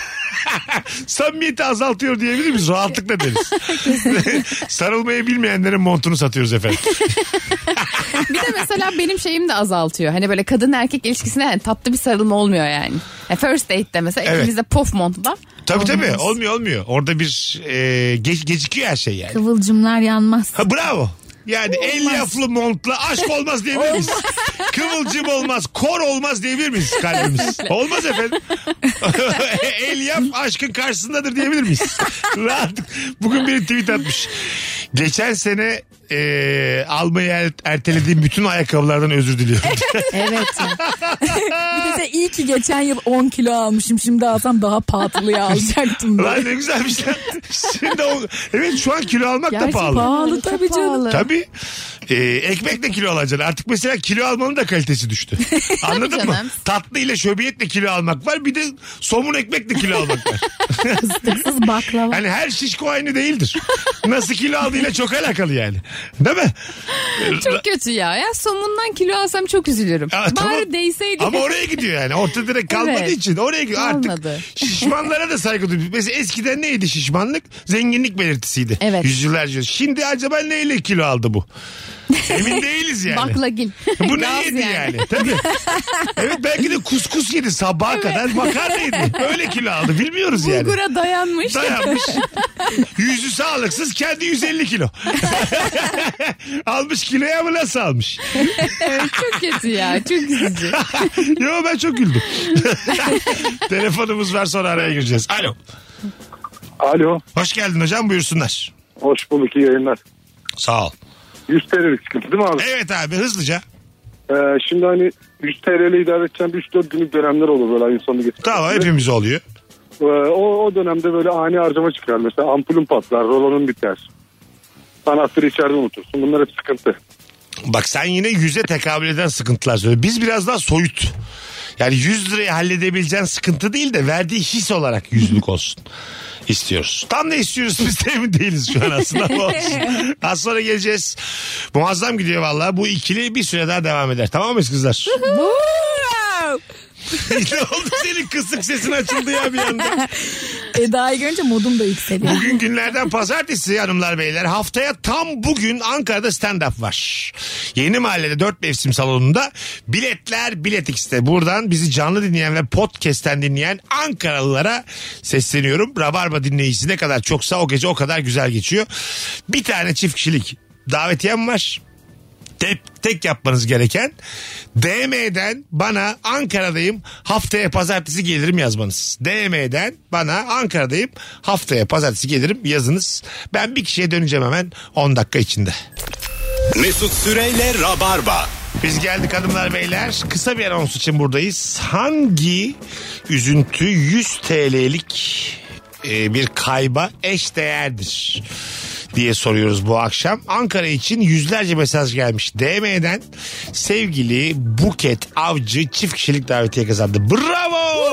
Samimiyeti azaltıyor diyebilir miyiz? Rahatlıkla deriz. Sarılmayı bilmeyenlerin montunu satıyoruz efendim. Bir de mesela benim şeyim de azaltıyor. Hani böyle kadın erkek ilişkisinde yani tatlı bir sarılma olmuyor yani. yani first date'te mesela Evet. ikimiz de pof montla. Tabii tabii, olmuyor olmuyor. Orada bir e, geç, gecikiyor her şey yani. Kıvılcımlar yanmaz. Ha, bravo. Yani elyaflı montla aşk olmaz diyebilir miyiz? Kıvılcım olmaz, kor olmaz diyebilir miyiz kalbimiz? Olmaz efendim. Elyaf aşkın karşısındadır diyebilir miyiz? Rahat. Bugün bir tweet atmış. Geçen sene e, almayı er- ertelediğim bütün ayakkabılardan özür diliyorum. Evet. Bir de de iyi ki geçen yıl on kilo almışım. Şimdi alsam daha pahalıya alacaktım. Lan ne güzelmiş lan. Şimdi o, evet şu an kilo almak Gerçi da pahalı. Pahalı tabii canım. pahalı. Tabii. Ee, ekmekle kilo alacaksın. Artık mesela kilo almanın da kalitesi düştü. Anladın mı? canım. Tatlı ile şöbiyetle kilo almak var. Bir de somun ekmekle kilo almak var. Fıstıksız baklava. Hani her şişko aynı değildir. Nasıl kilo aldığıyla çok alakalı yani. Değil mi? Çok kötü ya. Ya somundan kilo alsam çok üzülürüm. Aa, Bari tamam. değseydi. Ama oraya gidiyor yani. Orta direkt kalmadığı Evet. için oraya gidiyor. Kalmadı. Artık şişmanlara da saygı duyuyor. Mesela eskiden neydi şişmanlık? Zenginlik belirtisiydi. Evet. Yüzyıllarca. Şimdi acaba neyle kilo aldı bu? Emin değiliz yani. Baklagil. Bu ne Gaz yedi yani? Tabii. Evet, belki de kuskus yedi sabaha kadar, makarna yedi. Öyle kilo aldı, bilmiyoruz yani. Bulgura dayanmış. Dayanmış. Yüzü sağlıksız, kendi yüz elli kilo. Almış kiloya mı, nasıl almış? Evet, çok kötü ya. Çok üzücü. Yo, ben çok güldüm. Telefonumuz var, sonra araya gireceğiz. Alo. Alo. Hoş geldin hocam, buyursunlar. Hoş bulduk, iyi yayınlar. Sağ ol. yüz T L'lik sıkıntı değil mi abi? Evet abi, hızlıca. Ee, şimdi hani yüz T L'yle idare edeceğim üç dört günlük dönemler olur böyle ayın sonunu getiren. Tamam, hepimiz oluyor. Ee, o, o dönemde böyle ani harcama çıkar. Mesela ampulün patlar, rolonun biter. Anahtarı içeride unutursun. Bunlar hep sıkıntı. Bak sen yine yüze tekabül eden sıkıntılar söylüyorsun. Biz biraz daha soyut. Yani yüz lirayı halledebileceğin sıkıntı değil de verdiği his olarak yüzlük olsun istiyoruz. Tam ne istiyoruz biz de emin değiliz şu an aslında, ama olsun. Az sonra geleceğiz. Muazzam gidiyor vallahi. Bu ikili bir süre daha devam eder. Tamam mıyız kızlar? Ne oldu, senin kısık sesin açıldı ya bir anda. Eda'yı görünce modum da yükseliyor. Bugün günlerden pazartesi hanımlar beyler. Haftaya tam bugün Ankara'da stand-up var. Yeni Mahallede dört mevsim salonunda. Biletler Bilet X'te. Buradan bizi canlı dinleyen ve podcast'ten dinleyen Ankaralılara sesleniyorum. Rabarba dinleyicisi ne kadar çoksa o gece o kadar güzel geçiyor. Bir tane çift kişilik davetiyem var. Tek, tek yapmanız gereken D M'den bana Ankara'dayım haftaya pazartesi gelirim yazmanız. D M'den bana Ankara'dayım haftaya pazartesi gelirim yazınız. Ben bir kişiye döneceğim hemen on dakika içinde. Mesut Süreyle Rabarba. Biz geldik hanımlar beyler. Kısa bir anons için buradayız. Hangi üzüntü yüz T L'lik e, bir kayba eşdeğerdir diye soruyoruz bu akşam. Ankara için yüzlerce mesaj gelmiş. D M'den sevgili Buket Avcı çift kişilik davetiye kazandı. Bravo!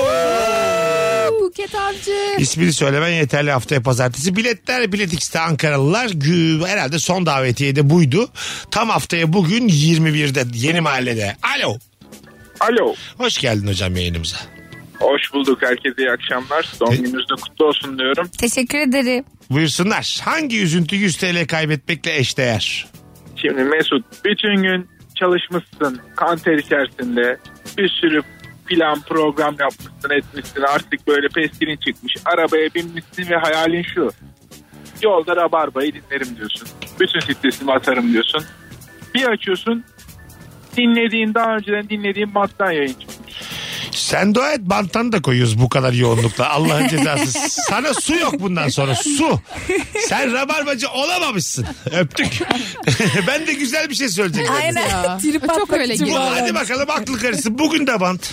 Buket Avcı. İsmini söylemen yeterli, haftaya pazartesi. Biletler Bilet X'te Ankaralılar. Gü- herhalde son davetiye de buydu. Tam haftaya bugün yirmi birde Yeni Mahallede. Alo. Alo. Hoş geldin hocam yayınımıza. Hoş bulduk, herkese iyi akşamlar. Doğum gününüz de kutlu olsun diyorum. Teşekkür ederim. Buyursunlar. Hangi üzüntü yüz T L kaybetmekle eşdeğer? Şimdi Mesut, bütün gün çalışmışsın, kan ter içerisinde, bir sürü plan program yapmışsın, etmişsin, artık böyle pestilin çıkmış, arabaya binmişsin ve hayalin şu: yolda Rabarba'yı dinlerim diyorsun, bütün stresimi atarım diyorsun. Bir açıyorsun, dinlediğin, daha önceden dinlediğin banttan yayın çıkmış. Sen dua et, banttan da koyuyoruz bu kadar yoğunlukla. Allah'ın cezası. Sana su yok bundan sonra, su. Sen rabarbacı olamamışsın. Öptük. Ben de güzel bir şey söyleyecektim. Aynen. Trip Çok öyle gibi. geliyor. Hadi bakalım aklı karısı. Bugün de bant.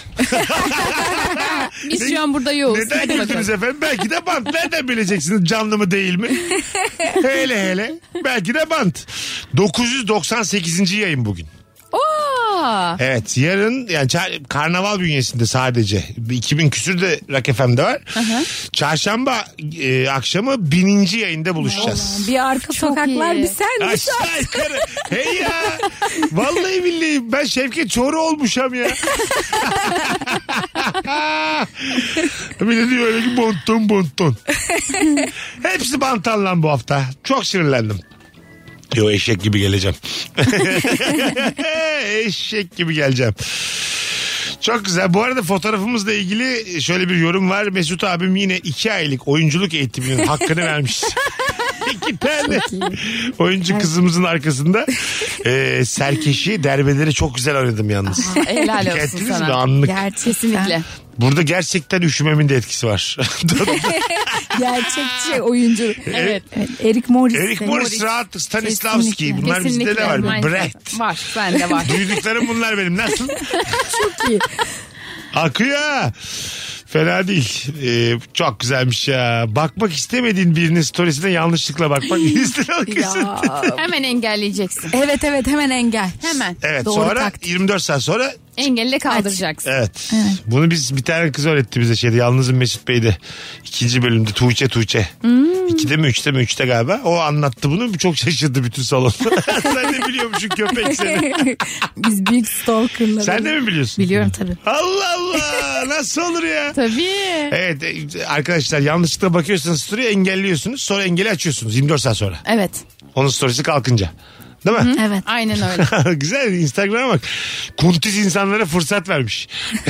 Biz şu an burada yoğuz. Neden Hadi güldünüz bakalım. efendim? Belki de bant. Nereden bileceksiniz canlı mı değil mi? Hele hele. Belki de bant. dokuz yüz doksan sekizinci yayın bugün. Oo. Evet, yarın yani ça- karnaval bünyesinde sadece iki bin küsür de Rock F M'de var. Aha. Çarşamba e, akşamı bininci yayında buluşacağız. Bir arka sokaklar iyi. bir sen bir Aşağı yukarı. Hey ya. Vallahi billahi ben Şevket Çoruh olmuşam ya. Bir de diyor öyle ki bonton bonton. Hepsi bantan lan bu hafta. Çok sinirlendim. Yo, eşek gibi geleceğim. Eşek gibi geleceğim. Çok güzel. Bu arada fotoğrafımızla ilgili şöyle bir yorum var. Mesut abim yine iki aylık oyunculuk eğitiminin hakkını vermiş. İki tane oyuncu kızımızın arkasında. Ee, serkeşi, derbeleri çok güzel oynadım yalnız. Helal Dikkat olsun ettiniz mi? sana. Anlık. Kesinlikle. Burada gerçekten üşümemin de etkisi var. gerçekçi oyuncu. Evet. Evet. Eric Morris. Eric Morris, rahat, Stanislavski. Kesinlikle. Bunlar bizde de var. Kesinlikle. Brecht. Var. Bende var. Duyduklarım bunlar benim. Nasıl? Çok iyi. Akıyor ha. Fena değil. Ee, çok güzelmiş ya. Bakmak istemediğin birinin storiesine yanlışlıkla bakmak. yüz liralık üzüntü. Hemen engelleyeceksin. Evet evet hemen engel. Hemen. Evet, Doğru sonra taktik. yirmi dört saat sonra Engelle kaldıracaksın. evet. Bunu biz bir tane kız öğretti bize şeyde. Yalnızım Mesut Bey'de. İkinci bölümde Tuğçe Tuğçe. Hmm. İkide mi üçte mi üçte galiba. O anlattı bunu. Çok şaşırdı bütün salon. Sen de biliyormuşsun köpek seni. Biz büyük stalkerlar. Sen de mi biliyorsun? Biliyorum tabii. Allah Allah. Nasıl olur ya? Tabii. Evet arkadaşlar, yanlışlıkla bakıyorsanız story'e engelliyorsunuz. Sonra engeli açıyorsunuz yirmi dört saat sonra. Evet. Onun storiesi kalkınca. Değil mi? Evet. Aynen öyle. Güzel, Instagram'a bak. Kuntiz insanlara fırsat vermiş.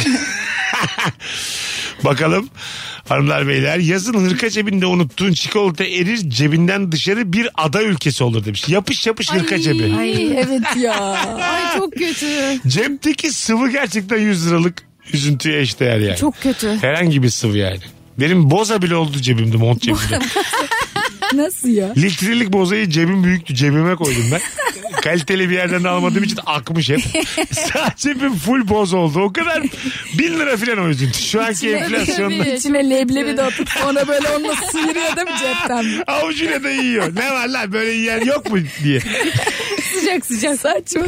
Bakalım hanımlar beyler, yazın hırka cebinde unuttuğun çikolata erir, cebinden dışarı bir ada ülkesi olur demiş. Yapış yapış hırka cebi. Ay evet ya. Ay çok kötü. Cepteki sıvı gerçekten yüz liralık üzüntüye eşdeğer yani. Çok kötü. Herhangi bir sıvı yani. Benim boza bile oldu cebimde, mont cebimde. Nasıl ya? Litrelik bozayı cebim büyüktü. Cebime koydum ben. Kaliteli bir yerden almadığım için akmış hep. Sağ cebim full boz oldu. O kadar bin lira falan o yüzden. Şu anki enflasyonla. İçine leblebi de atıp sonra böyle onunla sıyırıyor değil mi cepten? Avucuyla da yiyor. Ne var lan böyle yiyen yok mu diye. Sıcak sıcak saçma.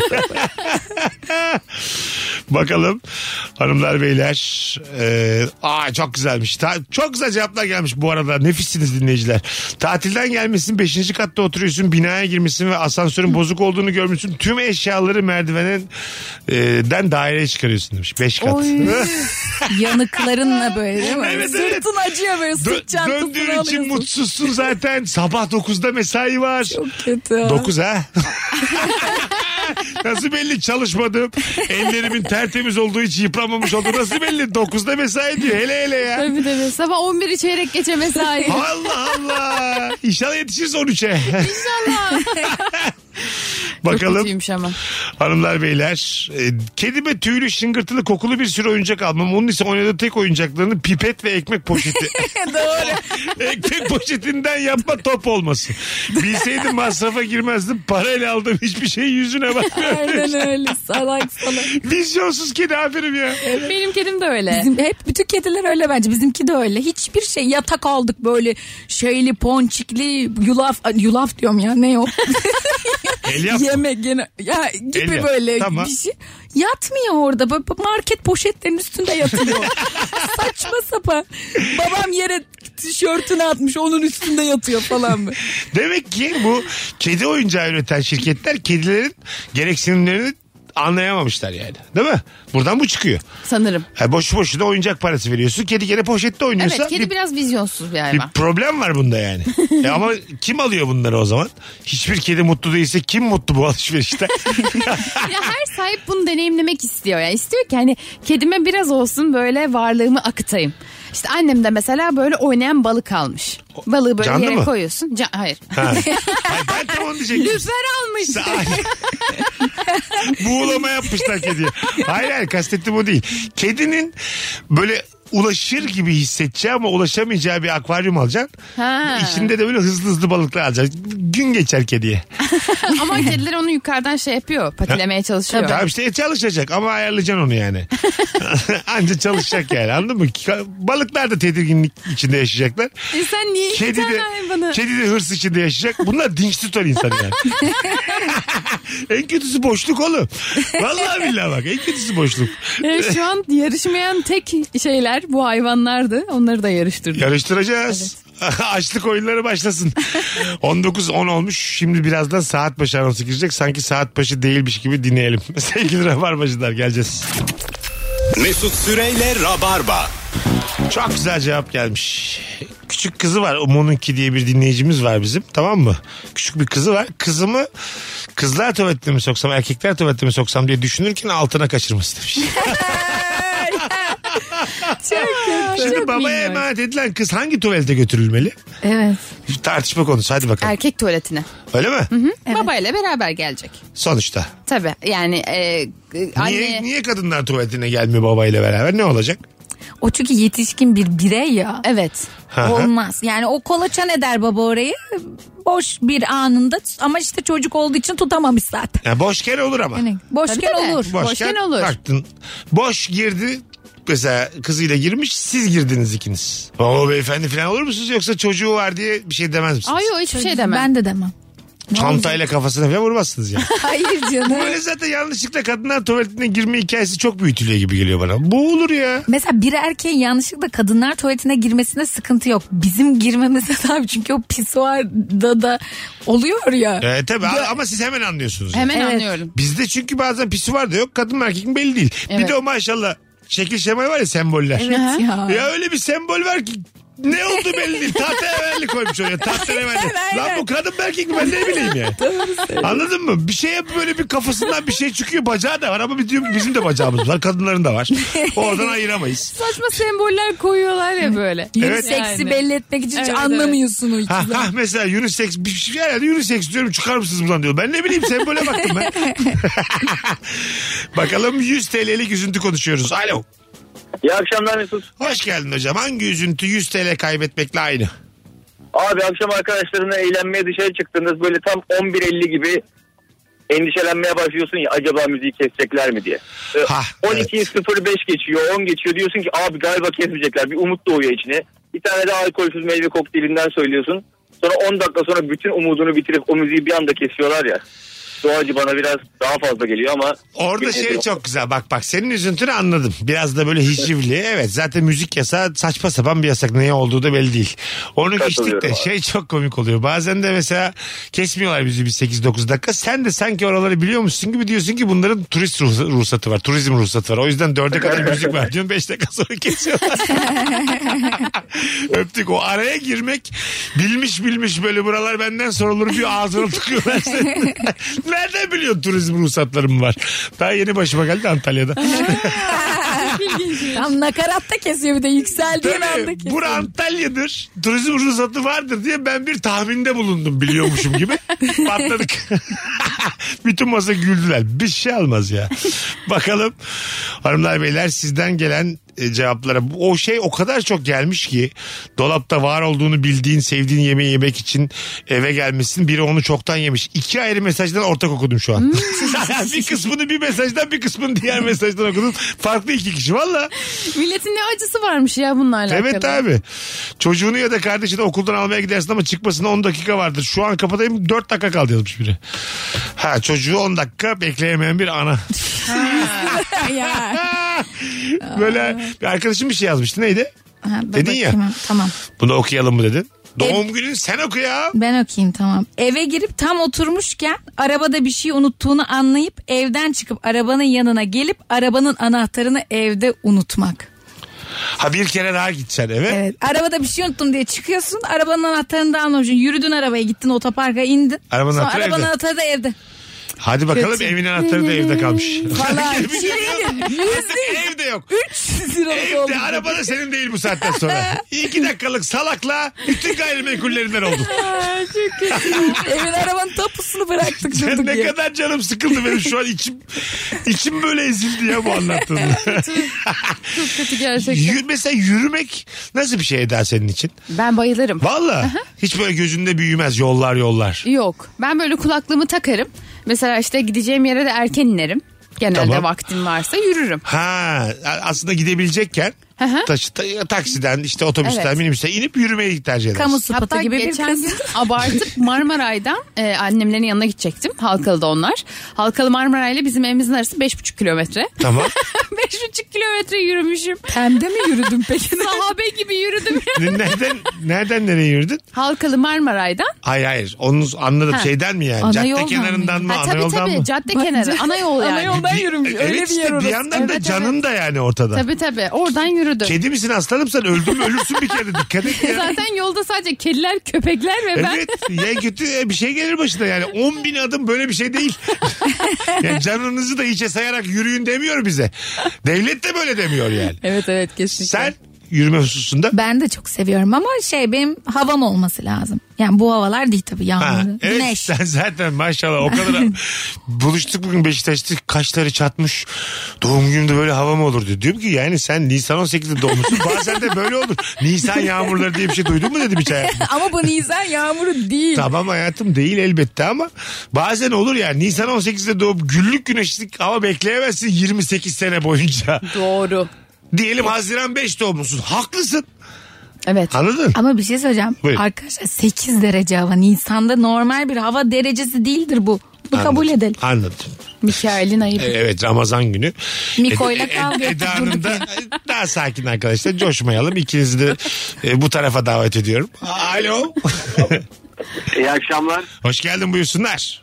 Bakalım hanımlar beyler. Ee, aa çok güzelmiş. Ta- çok güzel cevaplar gelmiş bu arada. Nefissiniz dinleyiciler. Tatilden gelmişsin, beşinci katta oturuyorsun, binaya girmişsin ve asansörün bozuk olduğunu görmüşsün. Tüm eşyaları merdivenden e, daireye çıkarıyorsun demiş. Beş kat. Yanıklarınla böyle değil mi? Evet, Sırtın evet. acıyor böyle, sırt Dö- çantasını döndüğün alıyorsun. için mutsuzsun zaten. Sabah dokuzda mesai var. Çok kötü. Dokuz ha. Nasıl belli çalışmadım. Ellerimin tertemiz olduğu hiç yıpranmamış olduğu nasıl belli. Dokuzda mesai diyor. Hele hele ya. Tabii tabii. Sabah on biri çeyrek geçe mesai. Allah Allah. İnşallah yetişiriz on üçe. İnşallah. Bakalım. Çok kötüymüş ama. Hanımlar beyler. E, kedime tüylü şıngırtılı kokulu bir sürü oyuncak almam. Onun ise oynadığı tek oyuncaklarını pipet ve ekmek poşeti. Doğru. Ekmek poşetinden yapma top olması. Bilseydim masrafa girmezdim. Parayla aldığım hiçbir şey yüzüne bakmıyor. Aynen öyle, salak salak. Vizyonsuz kedi, aferin ya. Evet. Benim kedim de öyle. Bizim, hep bütün kediler öyle bence. Bizimki de öyle. Hiçbir şey, yatak aldık böyle şeyli, ponçikli, yulaf, yulaf diyorum ya, ne o? Elyaf. Yemek gene ya gibi Elyaf. böyle Tamam. bir şey. Yatmıyor orada. Böyle market poşetlerinin üstünde yatıyor. Saçma sapan. Babam yere tişörtünü atmış, onun üstünde yatıyor falan mı? Demek ki bu kedi oyuncağı üreten şirketler kedilerin gereksinimlerini anlayamamışlar yani. Değil mi? Buradan bu çıkıyor. Sanırım. Ha, boşu boşuna oyuncak parası veriyorsun. Kedi gene poşette oynuyorsa. Evet, kedi bir, biraz vizyonsuz bir bir hayvan. problem var bunda yani. e ama kim alıyor bunları o zaman? Hiçbir kedi mutlu değilse kim mutlu bu alışverişte? Ya her sahip bunu deneyimlemek istiyor. Yani istiyor ki hani kedime biraz olsun böyle varlığımı akıtayım. İşte annem de mesela böyle oynayan balık almış. Balığı böyle Canlı yere mı? koyuyorsun. Can- hayır. Ha. Hayır, ben tam onu diyecektim. Lüfer almış. Sa- Buğulama yapmışlar kediye. Hayır hayır, kastettiğim o değil. Kedinin böyle ulaşır gibi hissedeceği ama ulaşamayacağı bir akvaryum alacaksın. Ha. İçinde de böyle hızlı hızlı balıklar alacaksın. Gün geçer kediye. Ama kediler onu yukarıdan şey yapıyor. Patilemeye çalışıyor. Tamam işte çalışacak ama ayarlayacaksın onu yani. Anca çalışacak yani, anladın mı? Balıklar da tedirginlik içinde yaşayacaklar. E sen niye iki Kedi tane de, hayvanı? kedi de hırs içinde yaşayacak. Bunlar dinç tutar insanı yani. En kötüsü boşluk oğlum. Vallahi billahi bak, en kötüsü boşluk. E, şu an yarışmayan tek şeyler bu hayvanlardı. Onları da yarıştırdık. Yarıştıracağız. Açlık oyunları başlasın. on dokuz on olmuş. Şimdi birazdan saat başı anonsu girecek. Sanki saat başı değilmiş gibi dinleyelim. Sevgili Rabarbacılar, geleceğiz. Mesut Süreyle Rabarba. Çok güzel cevap gelmiş. Küçük kızı var. Umun'unki diye bir dinleyicimiz var bizim. Tamam mı? Küçük bir kızı var. Kızımı kızlar tuvaletine mi soksam, erkekler tuvaletine mi soksam diye düşünürken altına kaçırması demiş. Çok kötü. Şimdi Çok babaya minnoş. emanet edilen kız hangi tuvalete götürülmeli? Evet. Tartışma konusu, hadi bakalım. Erkek tuvaletine. Öyle mi? Evet. Babayla beraber gelecek. Sonuçta. Tabii yani e, anne... Niye, niye kadınlar tuvaletine gelmiyor babayla beraber? Ne olacak? O çünkü yetişkin bir birey ya. Evet. Hı hı. Olmaz. Yani o kolaçan eder baba orayı. Boş bir anında, ama işte çocuk olduğu için tutamamış zaten. Yani boşken olur ama. Yani boşken Tabii, tabii. olur. Boşken olur. Baktın, boş girdi. Mesela kızıyla girmiş, siz girdiniz ikiniz. O beyefendi falan olur musunuz, yoksa çocuğu var diye bir şey demez misiniz? Ay yok, hiçbir şey demem. Ben de demem. Ne Çantayla kafasına falan vurmazsınız yani. Hayır canım. Böyle zaten yanlışlıkla kadınlar tuvaletine girme hikayesi çok büyütülüyor gibi geliyor bana. Bu olur ya. Mesela bir erkeğin yanlışlıkla kadınlar tuvaletine girmesinde sıkıntı yok. Bizim girmemizde tabii, çünkü o pisuarda da oluyor ya. Evet tabii, ama siz hemen anlıyorsunuz. Hemen Evet. anlıyorum. Bizde çünkü bazen pisuar da yok, kadın mı erkek mi belli değil. Bir Evet. de o maşallah şekil şemal var ya, semboller. Evet ya. Ya öyle bir sembol var ki ne oldu belli değil. Tahterevalli koymuş oraya. Tahterevalli. Lan bu kadın mı erkek mi, ben ne bileyim ya. Anladın mı? Bir şey yap, böyle bir kafasından bir şey çıkıyor. Bacağı da var ama bizim de bacağımız var. Kadınların da var. Oradan ayıramayız. Saçma semboller koyuyorlar ya böyle. Evet. Seksi Yani. belli etmek için hiç Evet, anlamıyorsun o Ha, ikisi. ha, mesela unisex bir şey, herhalde unisex diyorum, çıkar mısınız buradan diyor. Ben ne bileyim, sembole baktım ben. Bakalım yüz T L'lik üzüntü konuşuyoruz. Alo. İyi akşamlar Mesut. Hoş geldin hocam. Hangi üzüntü yüz T L kaybetmekle aynı? Abi akşam arkadaşlarınla eğlenmeye dışarı çıktığınız böyle tam on bir elli gibi endişelenmeye başlıyorsun ya, acaba müziği kesecekler mi diye. Ha, on ikiyi sıfır beş geçiyor, on geçiyor, diyorsun ki abi galiba kesmeyecekler. Bir umut doğuyor içine. Bir tane de alkolsüz meyve kokteylinden söylüyorsun. Sonra on dakika sonra bütün umudunu bitirip o müziği bir anda kesiyorlar ya. Doğacı bana biraz daha fazla geliyor ama... Orada şey çok güzel. Bak bak senin üzüntünü anladım. Biraz da böyle hicivli. Evet zaten müzik yasağı saçma sapan bir yasak. Neye olduğu da belli değil. Onu geçtik de şey çok komik oluyor. Bazen de mesela kesmiyorlar müziği bir sekiz dokuz dakika. Sen de sanki oraları biliyormuşsun gibi diyorsun ki bunların turist ruhsatı var. Turizm ruhsatı var. O yüzden dörde kadar müzik var diyorsun. beş dakika sonra kesiyorlar. Öptük. O araya girmek bilmiş bilmiş böyle buralar benden sorulur bir ağzını tıkıyorlar senin. Nereden biliyorsun turizm ruhsatlarım var? Daha yeni başıma geldi Antalya'da. Tam nakaratta kesiyor bir de yükseldiğin anda kesiyor. Bura Antalya'dır. Turizm ruhsatı vardır diye ben bir tahminde bulundum biliyormuşum gibi. Patladık. Bütün masa güldüler. Bir şey almaz ya. Bakalım hanımlar beyler sizden gelen cevaplara. O şey o kadar çok gelmiş ki dolapta var olduğunu bildiğin sevdiğin yemeği yemek için eve gelmişsin. Biri onu çoktan yemiş. İki ayrı mesajdan ortak okudum şu an. Bir kısmını bir mesajdan bir kısmını diğer mesajdan okudum. Farklı iki kişi valla. Milletin ne acısı varmış ya bununla alakalı. Evet abi. Çocuğunu ya da kardeşini okuldan almaya gidersin ama çıkmasına on dakika vardır. Şu an kapıdayım dört dakika kaldı yazmış biri. Ha çocuğu on dakika bekleyemeyen bir ana. Böyle bir arkadaşım bir şey yazmıştı. Neydi? Ha, dedin ya. Tamam. Bunu okuyalım mı dedin? Doğum Ev... günün sen oku ya. Ben okuyayım tamam. Eve girip tam oturmuşken arabada bir şey unuttuğunu anlayıp evden çıkıp arabanın yanına gelip arabanın anahtarını evde unutmak. Ha bir kere daha gideceksin eve. Evet. Arabada bir şey unuttum diye çıkıyorsun. Arabanın anahtarını da almamışsın. Yürüdün arabaya gittin otoparka indin. Arabanın Sonra anahtarı arabanın evde. anahtarı da evde. Hadi bakalım Kötü. Evin anahtarı da evde kalmış. Valla evde yok. üç liralık evde oldu. araba da senin değil bu saatten sonra. İki dakikalık salakla bütün gayrimenkullerinden oldun. Çok kötü. Evin arabanın tapusunu bıraktık. Sen ne ya. kadar canım sıkıldı benim şu an içim içim böyle ezildi ya bu anlattığında. Çok kötü gerçekten. Yür, mesela yürümek nasıl bir şey Eda senin için? Ben bayılırım. Valla hiç böyle gözünde büyümez yollar yollar. Yok ben böyle kulaklığımı takarım. Mesela işte gideceğim yere de erken inerim. Genelde Tamam. vaktim varsa yürürüm. Ha aslında gidebilecekken taşı, ta, taksiden işte otobüsten Evet. minibüsten inip yürümeyi tercih edersin. Kamu spotu Hatta gibi bir geçen kız. gün abartıp Marmaray'dan e, annemlerin yanına gidecektim. Halkalı'da onlar. Halkalı Marmaray ile bizim evimizin arası beş buçuk kilometre. Tamam. beş buçuk kilometre yürümüşüm. Pemde mi yürüdün peki? Sahabe gibi yürüdüm. nereden nereden nereye yürüdün? Halkalı Marmaray'dan. Hayır hayır onu anladım Ha. şeyden mi yani? Ana Cadde yoldan kenarından mı? mı? Ha, Ana tabii yoldan tabii mı? cadde kenarı. Ana yol yani. Ana yoldan yürümüş. Bir- Öyle evet bir yer işte orası. bir yandan da Evet, canın da yani ortada. Tabii tabii oradan yürüdüm. Kedi misin aslanım sen öldün mü ölürsün bir kere dikkat et ya. Zaten yolda sadece kediler, köpekler ve ben. Evet ya kötü bir şey gelir başına yani on bin adım böyle bir şey değil. Yani canınızı da hiçe sayarak yürüyün demiyor bize. Devlet de böyle demiyor yani. Evet evet kesinlikle. Sen yürüme hususunda. Ben de çok seviyorum ama şey benim havam olması lazım. Yani bu havalar değil tabii Ha, yağmurlu. evet Güneş. sen zaten maşallah o kadar buluştuk bugün Beşiktaş'ta kaşları çatmış doğum günümde böyle hava mı olur diyor. Diyorum ki yani sen Nisan on sekizde doğmuşsun bazen de böyle olur. Nisan yağmurları diye bir şey duydun mu dedim hiç hayatımda. Ama bu Nisan yağmuru değil. Tamam hayatım değil elbette ama bazen olur yani Nisan on sekizde doğup güllük güneşlik hava bekleyemezsin yirmi sekiz sene boyunca. Doğru. Diyelim Haziran beş doğmuşsun haklısın. Evet. Anladın? Ama bir şey söyleyeceğim. Buyur. Arkadaşlar sekiz derece hava. Nisan'da normal bir hava derecesi değildir bu. Bunu Anladım, kabul edelim. Anladım. Mikail'in ayıbı. Evet Ramazan günü. Miko'yla Ed- Ed- kavga ettik Eda Hanım durduk da yere. daha sakin arkadaşlar coşmayalım. İkinizi de e, bu tarafa davet ediyorum. Alo. İyi akşamlar. Hoş geldin buyursunlar.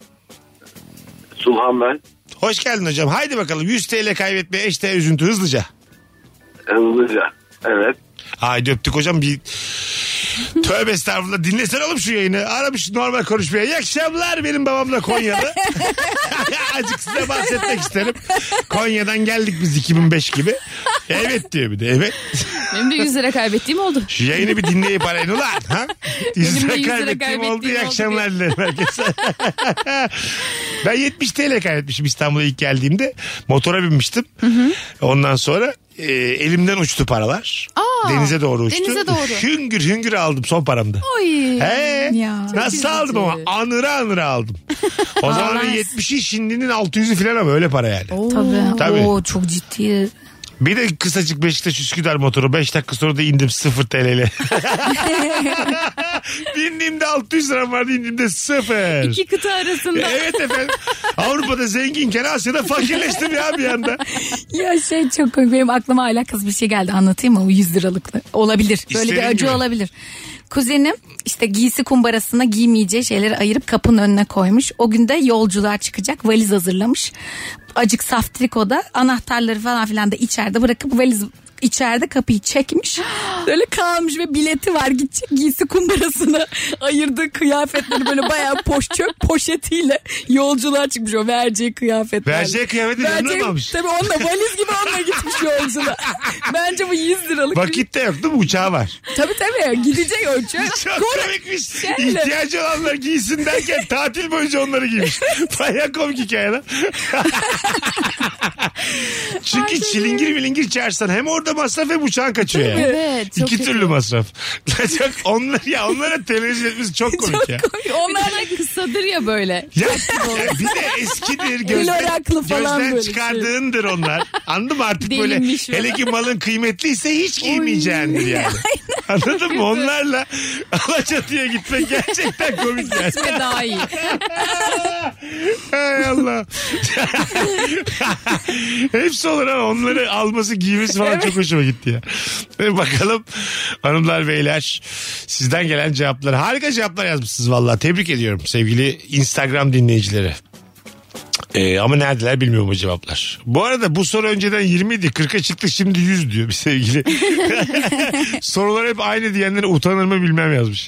Sulhan ben. Hoş geldin hocam. Haydi bakalım yüz TL kaybetmeye eşdeğer üzüntü hızlıca. Hızlıca. Evet. Haydi öptük hocam bir tövbe estağfurullah dinlesene oğlum şu yayını. Aramış normal konuşmaya. İyi akşamlar benim babam da Konya'da. Azıcık size bahsetmek isterim. Konya'dan geldik biz iki bin beş gibi. Evet diyor bir de evet. Benim de yüz lira kaybettiğim oldu. Şu yayını bir dinleyip arayın ulan. Ha? yüz Benim de lira yüz lira kaybettiğim oldu. İyi kaybettiğim akşamlar dilerim herkese. Ben yetmiş TL kaybetmişim İstanbul'a ilk geldiğimde. Motora binmiştim. Ondan sonra e, elimden uçtu paralar. Aa, denize doğru uçtu. Denize doğru. Hüngür hüngür aldım son paramda. Oy. He. Ya. Nasıl aldım ama anıra anıra aldım. O zaman yetmişi şimdinin altı yüzü falan ama öyle para yani. Tabii. Tabii. Oo, çok ciddi. Bir de kısacık Beşiktaş Üsküdar motoru. beş dakika sonra da indim sıfır T L'yle. Bindiğimde altı yüz lira vardı, indiğimde sıfır. İki kıta arasında. Evet efendim. Avrupa'da zenginken Asya'da fakirleştim ya bir anda. Ya şey çok komik, benim aklıma alakasız bir şey geldi, anlatayım mı? O yüz liralıklı olabilir. Böyle İstediğin bir acı gibi. olabilir. Kuzenim işte giysi kumbarasına giymeyeceği şeyleri ayırıp kapının önüne koymuş. O gün de yolculuğa çıkacak, valiz hazırlamış. Acık saf trikoda, anahtarları falan filan da içeride bırakıp valiz içeride kapıyı çekmiş. Böyle kalmış ve bileti var, gidecek giysi kumbarasına ayırdığı kıyafetleri böyle bayağı poş çöp poşetiyle yolculuğa çıkmış, o vereceği kıyafetlerle. Vereceği kıyafeti yanına mı almış? Tabii onunla valiz gibi onunla gitmiş yolculuğa. Bence bu yüz liralık. Vakit de yok değil mi? Uçağı var. Tabii tabii gidecek o uçağı. Çok komikmiş. İhtiyacı olanlar giysin derken tatil boyunca onları giymiş. Bayağı komik hikaye lan. Çünkü çilingir milingir çağırsan hem orada masraf hem uçağın kaçıyor yani. Evet. Çok İki kötü. türlü masraf. çok, onlar, ya onlara televizyon etmesi çok komik Çok ya. komik. Onlar da kısadır ya böyle. Ya, ya bir de eskidir. Gözden, Floraklı falan gözden böyle çıkardığındır onlar. Anladın mı artık böyle? Delinmiş Hele falan. ki malın kıymetliyse hiç giymeyeceğindir yani. Anladın mı? Onlarla Alaçatı'ya gitmek gerçekten komik yani. Ve daha iyi. Hay Allah. Hepsi olur ama onları alması giymesi falan çok hoşuma gitti ya. Ve bakalım hanımlar beyler sizden gelen cevaplar. Harika cevaplar yazmışsınız vallahi. Tebrik ediyorum sevgili Instagram dinleyicileri. Ee, ama neredeler bilmiyorum bu cevaplar. Bu arada bu soru önceden yirmi idi, kırka çıktı, şimdi yüz diyor bir sevgili. Sorular hep aynı diyenlere utanır mı bilmem yazmış.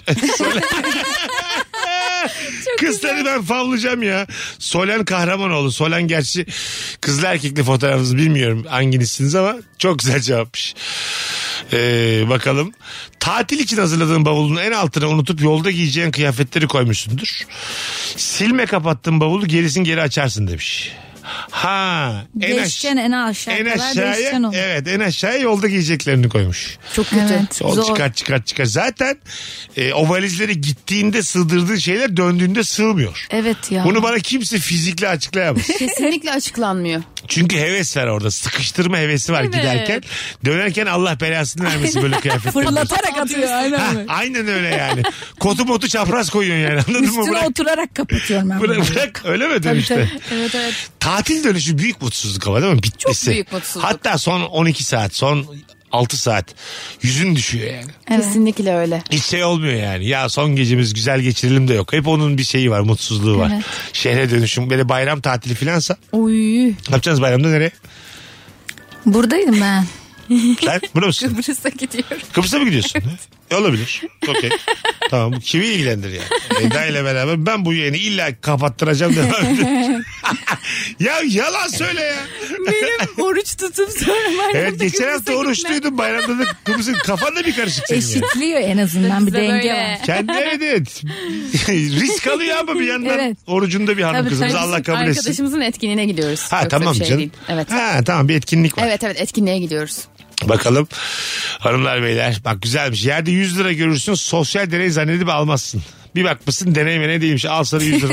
Kızları ben favlayacağım ya. Solen Kahramanoğlu. Solen gerçi kızlı erkekli fotoğrafınızı bilmiyorum hanginizsiniz ama çok güzel cevapmış. Ee, bakalım. Tatil için hazırladığın bavulun en altına unutup yolda giyeceğin kıyafetleri koymuşsundur. Silme kapattığın bavulu gerisin geri açarsın demiş. Ha, en, aş- Değişken en aşağıya en kadar aşağıya değişken olur. evet en aşağıya yolda giyeceklerini koymuş. Çok kötü. Evet, Yol zor. çıkar çıkar çıkar. Zaten e, o valizleri gittiğinde sığdırdığın şeyler döndüğünde sığmıyor. Evet ya. Bunu bana kimse fizikle açıklayamaz. Kesinlikle açıklanmıyor. Çünkü heves var orada. Sıkıştırma hevesi var Evet. giderken. Dönerken Allah belasını vermesin böyle kıyafetler. Fırlatarak atıyor aynen Ha, mi? aynen öyle yani. Kotu motu çapraz koyuyorsun yani, anladın mı? Üstüne Bırak, oturarak kapatıyorum ben. bırak, bunu. bırak. Öyle mi Tabii, dönüşte? tabii. Evet evet. Tatil dönüşü büyük mutsuzluk ama değil mi? Bitmesi. Çok büyük mutsuzluk. Hatta son on iki saat, son altı saat yüzün düşüyor yani. Kesinlikle öyle. Hiç şey olmuyor yani. Ya son gecemiz güzel geçirelim de yok. Hep onun bir şeyi var, mutsuzluğu var. Evet. Şehre dönüşüm, böyle bayram tatili filansa. Oy. Ne yapacaksınız bayramda, nereye? Buradaydım ben. Sen burada mısın? Kıbrıs'a gidiyorum. Kıbrıs'a mı gidiyorsun? E, olabilir. Okey. Tamam, bu kimi ilgilendir yani? Eda ile beraber ben bu yayını illa kapattıracağım devam edeyim. Ya yalan söyle ya. Benim oruç tutup sonra bayramda Evet, geçen Kıbrıs'a hafta gitmem. oruçluydun, bayramda da Kıbrıs'ın kafanda bir karışık senin yani. Eşitliyor en azından, bir Bize denge böyle. var. Kendi evet evet. Risk alıyor ama bir yandan Evet. orucunda bir hanım Tabii, kızımız, tabii. Allah kabul etsin. Arkadaşımızın etkinliğine gidiyoruz. Ha Yoksa tamam bir şey canım. değil. Evet. Ha tamam, bir etkinlik var. Evet evet etkinliğe gidiyoruz. Bakalım hanımlar beyler, bak güzelmiş. Yerde yüz lira görürsün, sosyal deney zannedip almazsın. Bir bakmışsın deney meney değilmiş, al sana yüz lira.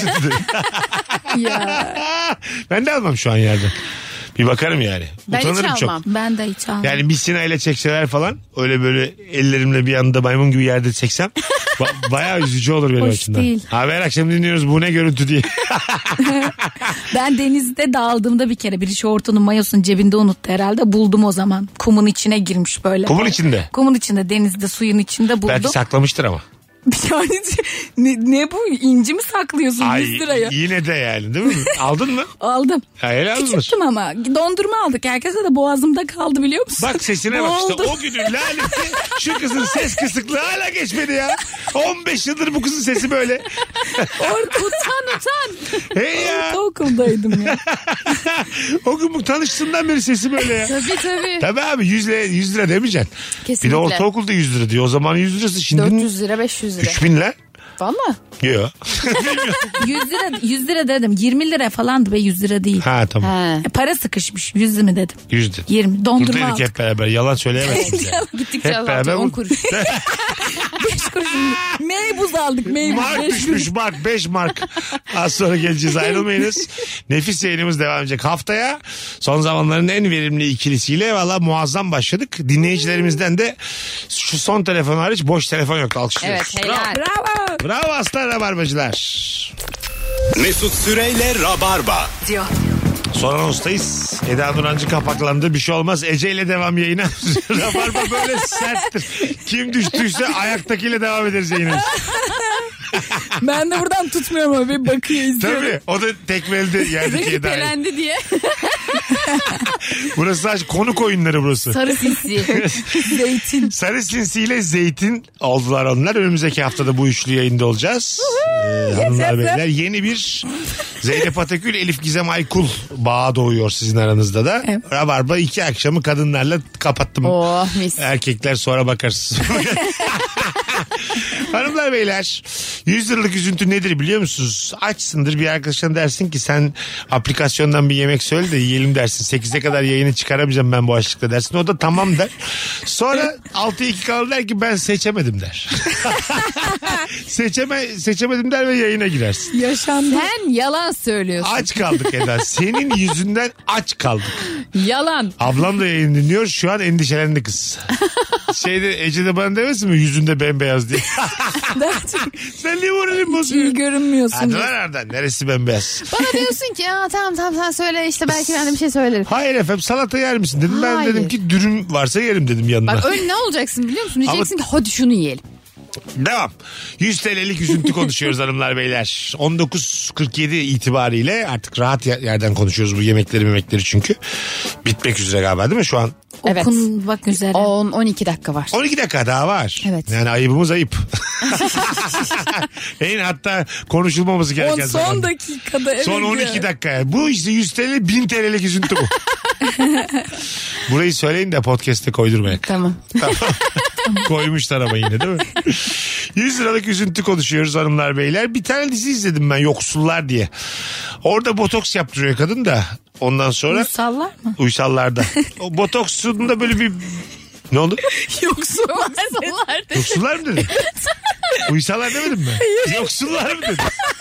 Ya. Ben de almam şu an yerden. Bir bakarım yani. Ben hiç Utanırım çok. almam. Ben de hiç almadım. Yani misinayla çekseler falan, öyle böyle ellerimle bir anda maymun gibi yerde çeksem ba- bayağı üzücü olur benim Hoş açımdan. değil. Abi her akşam dinliyoruz bu ne görüntü diye. Ben denizde daldığımda bir kere biri şortunun mayosunu cebinde unuttu herhalde. Buldum o zaman. Kumun içine girmiş böyle. Kumun içinde. Kumun içinde, denizde, suyun içinde buldum. Belki saklamıştır ama. Yani ne, ne bu, inci mi saklıyorsun Ay yüz liraya? yine de yani değil mi? Aldın mı? Aldım. Ha, helal olsun. Küçüktüm ama dondurma aldık. Herkese de boğazımda kaldı, biliyor musun? Bak sesine bak işte, Boğuldum. o günün laneti şu kızın ses kısıklığı hala geçmedi ya. on beş yıldır bu kızın sesi böyle. Orada utan utan. Hey ya. Ortaokuldaydım ya. O gün bu tanıştığından beri sesi böyle ya. Tabii tabii. Tabii abi, yüz lira, yüz lira demeyeceksin. Kesinlikle. Bir de ortaokulda yüz lira diyor. O zaman yüz lirası şimdi dört yüz lira beş yüz lira. üç bin lan. Valla. Yok. yüz lira yüz lira dedim. yirmi lira falandı be, yüz lira değil. Ha tamam. E, para sıkışmış. yüz mi dedim? Yüzde. yirmi. Dondurma Buradaydık aldık. hep beraber. Yalan söyleyemezsiniz yani. Gittikçe Hep azaltıyor. beraber on bu- kuruş. beş kuruş. Meybuz aldık. Meybuz. Mark beş düşmüş mark. beş mark. Az sonra geleceğiz, ayrılmayınız. Nefis yayınımız devam edecek. Haftaya son zamanların en verimli ikilisiyle valla muazzam başladık. Dinleyicilerimizden de şu son telefon hariç boş telefon yok. Alkışlıyoruz. Evet, helal. Bravo. Bravo aslan rabarbacılar. Mesut Süreyle Rabarba. Diyor. Son anonstayız. Eda Nurancı kapaklandı. Bir şey olmaz. Ece ile devam yayına. Rabarba böyle serttir. Kim düştüyse ayaktakiyle devam ederiz yayına. Ben de buradan tutmuyorum ama bir bakıyor, izliyorum. Tabii. O da tekmeldi yerdeki Eda'yı. Rekipelendi diye. Burası sadece konuk oyunları burası. Sarı sinsi. Zeytin. Sarı sinsiyle zeytin oldular onlar. Önümüzdeki haftada bu üçlü yayında olacağız. Ee, hanımlar beyler, yeni bir Zeynep Atakül, Elif Gizem Aykul bağı doğuyor sizin aranızda da. Evet. Rabarba iki akşamı kadınlarla kapattım. Oh mis. Erkekler sonra bakarsın. Hanımlar beyler, yüz liralık üzüntü nedir biliyor musunuz? Açsındır, bir arkadaşına dersin ki sen aplikasyondan bir yemek söyle de yiyelim dersin. sekize kadar yayını çıkaramayacağım ben bu açlıkta dersin. O da tamam der. Sonra altıya iki kalır der ki ben seçemedim der. Seçeme, seçemedim der ve yayına girersin. Yaşandı. Sen yalan söylüyorsun. Aç kaldık Eda. Senin yüzünden aç kaldık. Yalan. Ablam da yayın dinliyor. Şu an endişelendi kız. Şeyde Ece de bana demesin mi? Yüzünde bembeyaz diye. Sen niye moralin bozuyor? İyi görünmüyorsun. Hadi lan Arda. Neresi bembeyaz? Bana diyorsun ki ya tamam tamam sen söyle işte belki ben de bir şey söylerim. Hayır efendim, salata yer misin dedim. Ben Hayır. dedim ki dürüm varsa yerim dedim yanına. Bak öyle ne olacaksın biliyor musun? Diyeceksin ki hadi şunu yiyelim. Devam. yüz TL'lik üzüntü konuşuyoruz hanımlar beyler. on dokuz kırk yedi itibariyle artık rahat yerden konuşuyoruz bu yemekleri memekleri çünkü. Bitmek üzere galiba değil mi şu an? Evet. Okunmak üzere. on on iki dakika var. on iki dakika daha var. Evet. Yani ayıbımız ayıp. en hatta konuşulmaması gereken On, zaman. son dakikada evet. Son on iki dakika. Bu işte yüz TL bin TL'lik üzüntü bu. Burayı söyleyin de podcast'te koydurmayın. Tamam. Tamam. Koymuşlar ama yine değil mi? yüz liralık üzüntü konuşuyoruz hanımlar beyler. Bir tane dizi izledim ben, Yoksullar diye. Orada botoks yaptırıyor kadın da. Ondan sonra... Uysallar mı? Uysallarda. O botoksun da böyle bir... Ne oldu? Yoksullar. Yoksullar mı dedin? Uysallar demedim mi? Yoksullar mı dedin?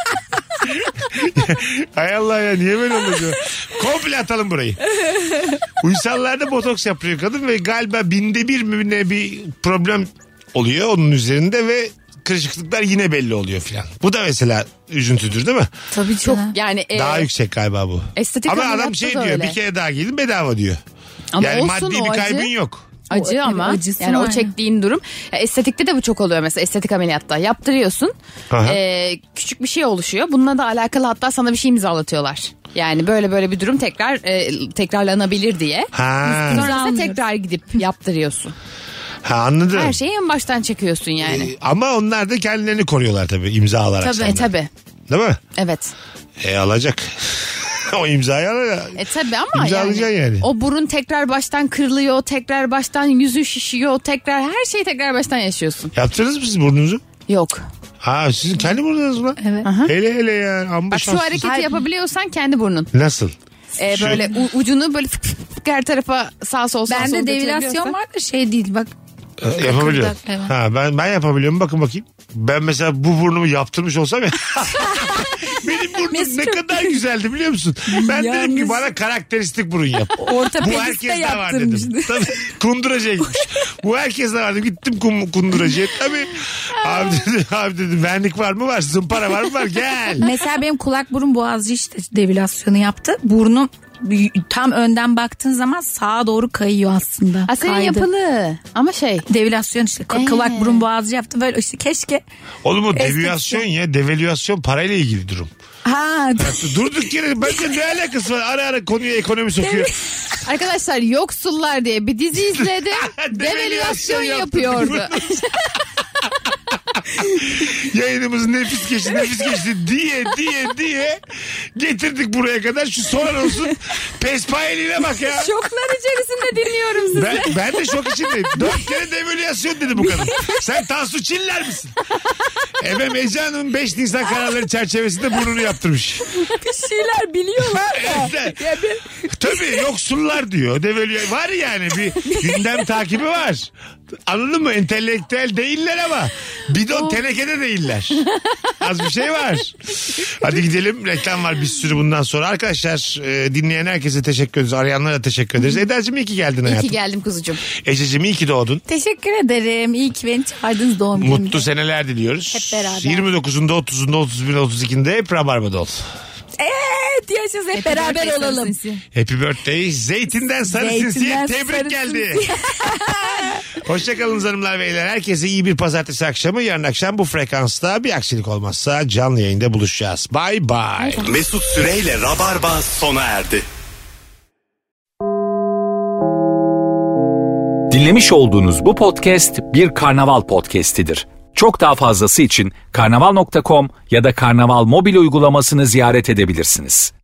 Hay Allah ya, niye böyle oluyor? Komple atalım burayı. Uysallarda botoks yapıyor kadın ve galiba binde bir mi ne bir problem oluyor onun üzerinde ve kırışıklıklar yine belli oluyor filan. Bu da mesela üzüntüdür değil mi? Tabii Çok canım. yani. E, Daha yüksek galiba bu. estetik ama adam ameliyatta şey da diyor, öyle. bir kere daha gelin bedava diyor. Ama yani olsun, maddi o bir acı. kaybın yok. Acı O, ama acısı yani var o ya. çektiğin durum. Ya, estetikte de bu çok oluyor mesela, estetik ameliyatta yaptırıyorsun. Aha. E, küçük bir şey oluşuyor. Bununla da alakalı hatta sana bir şey imzalatıyorlar. Yani böyle böyle bir durum tekrar e, tekrarlanabilir diye. Ha. Sonrasında Anlıyoruz. tekrar gidip yaptırıyorsun. Ha, anladım. Her şeyi en baştan çekiyorsun yani. Ee, ama onlar da kendilerini koruyorlar tabii imza alarak. Tabii. senden. E tabii. Değil mi? Evet. E alacak. O imzayı alacak. E tabii ama İmzalayacaksın yani. o burun tekrar baştan kırılıyor, tekrar baştan yüzü şişiyor, tekrar her şeyi tekrar baştan yaşıyorsun. Yaptınız mı siz burnunuzu? Yok. Ha, sizin kendi burnunuz mu? Evet. Hele hele ya. Amma Bak şu şanslısın. hareketi yapabiliyorsan kendi burnun. Nasıl? Ee, Şu- böyle u- ucunu böyle fık fık fık her tarafa sağ sol sağ sol Bende devilasyon götürebiliyorsan. var da şey değil bak. E, yapabiliyorum. Evet. Ha, ben ben yapabiliyorum, bakın bakayım. Ben mesela bu burnumu yaptırmış olsam ya. Benim burnum Mesut ne çok- kadar güzeldi biliyor musun? Ben dedim ki Yalnız- bana karakteristik burun yap. Ortopedist Bu de herkeste var dedim. yaptırmıştı. Tabii kunduracıya gitmiş. Bu herkeste var dedim. Gittim kum, kunduracıya. Tabii. Abi dedim, abi dedim vernik var mı var? Zımpara var mı var? Gel. Mesela benim kulak burun boğazcı işte devilasyonu yaptı. Burnum tam önden baktığın zaman sağa doğru kayıyor aslında. Ha, senin Kaydı. yapılı ama şey. Devilasyon işte K- Ee. kulak burun boğazcı yaptı böyle işte keşke. Oğlum o Estetik. deviyasyon ya. Devalüasyon parayla ilgili durum. Ha Durduk yere bence ne alakası var? Ara ara konuya ekonomi sokuyor. Arkadaşlar Yoksullar diye bir dizi izledim. Devalüasyon yaptı. yapıyordu. Yayınımız nefis geçti nefis geçti diye diye diye getirdik buraya kadar. Şu soran olsun pespayeliğine bak ya. Şoklar içerisinde dinliyorum sizi. Ben, ben de şok içindeyim. Dört kere devalüasyon dedi bu kadın. Sen Tansu Çiller misin? Efendim Ece Hanım beş Nisan kararları çerçevesinde burnunu yaptırmış. Bir şeyler biliyorlar da. Evet. Tabii yoksullar diyor. Devalüasyon var yani bir gündem takibi var. Anladın mı? Entelektüel değiller ama bidon tenekede değiller. Az bir şey var. Hadi gidelim. Reklam var bir sürü bundan sonra. Arkadaşlar e, dinleyen herkese teşekkür ederiz. Arayanlara teşekkür ederiz. Eda'cığım iyi ki geldin hayatım. İyi ki geldim kuzucuğum. Ececiğim iyi ki doğdun. Teşekkür ederim. İyi ki beni çağırdınız doğum günümde. Mutlu seneler diliyoruz. Hep beraber. yirmi dokuzunda, otuzunda, otuz birinde, otuz ikinde hep Rabarba'da ol. Evet yaşasın hep Happy beraber birthday olalım. sarı sinsi. Happy birthday. Zeytinden sarı Zeytinden sinsiye tebrik sarı geldi. sinsi. Hoşçakalın hanımlar beyler. Herkese iyi bir pazartesi akşamı. Yarın akşam bu frekansta bir aksilik olmazsa canlı yayında buluşacağız. Bye bye. Mesut Süreyle Rabarba sona erdi. Dinlemiş olduğunuz bu podcast bir karnaval podcastidir. Çok daha fazlası için karnaval nokta com ya da karnaval mobil uygulamasını ziyaret edebilirsiniz.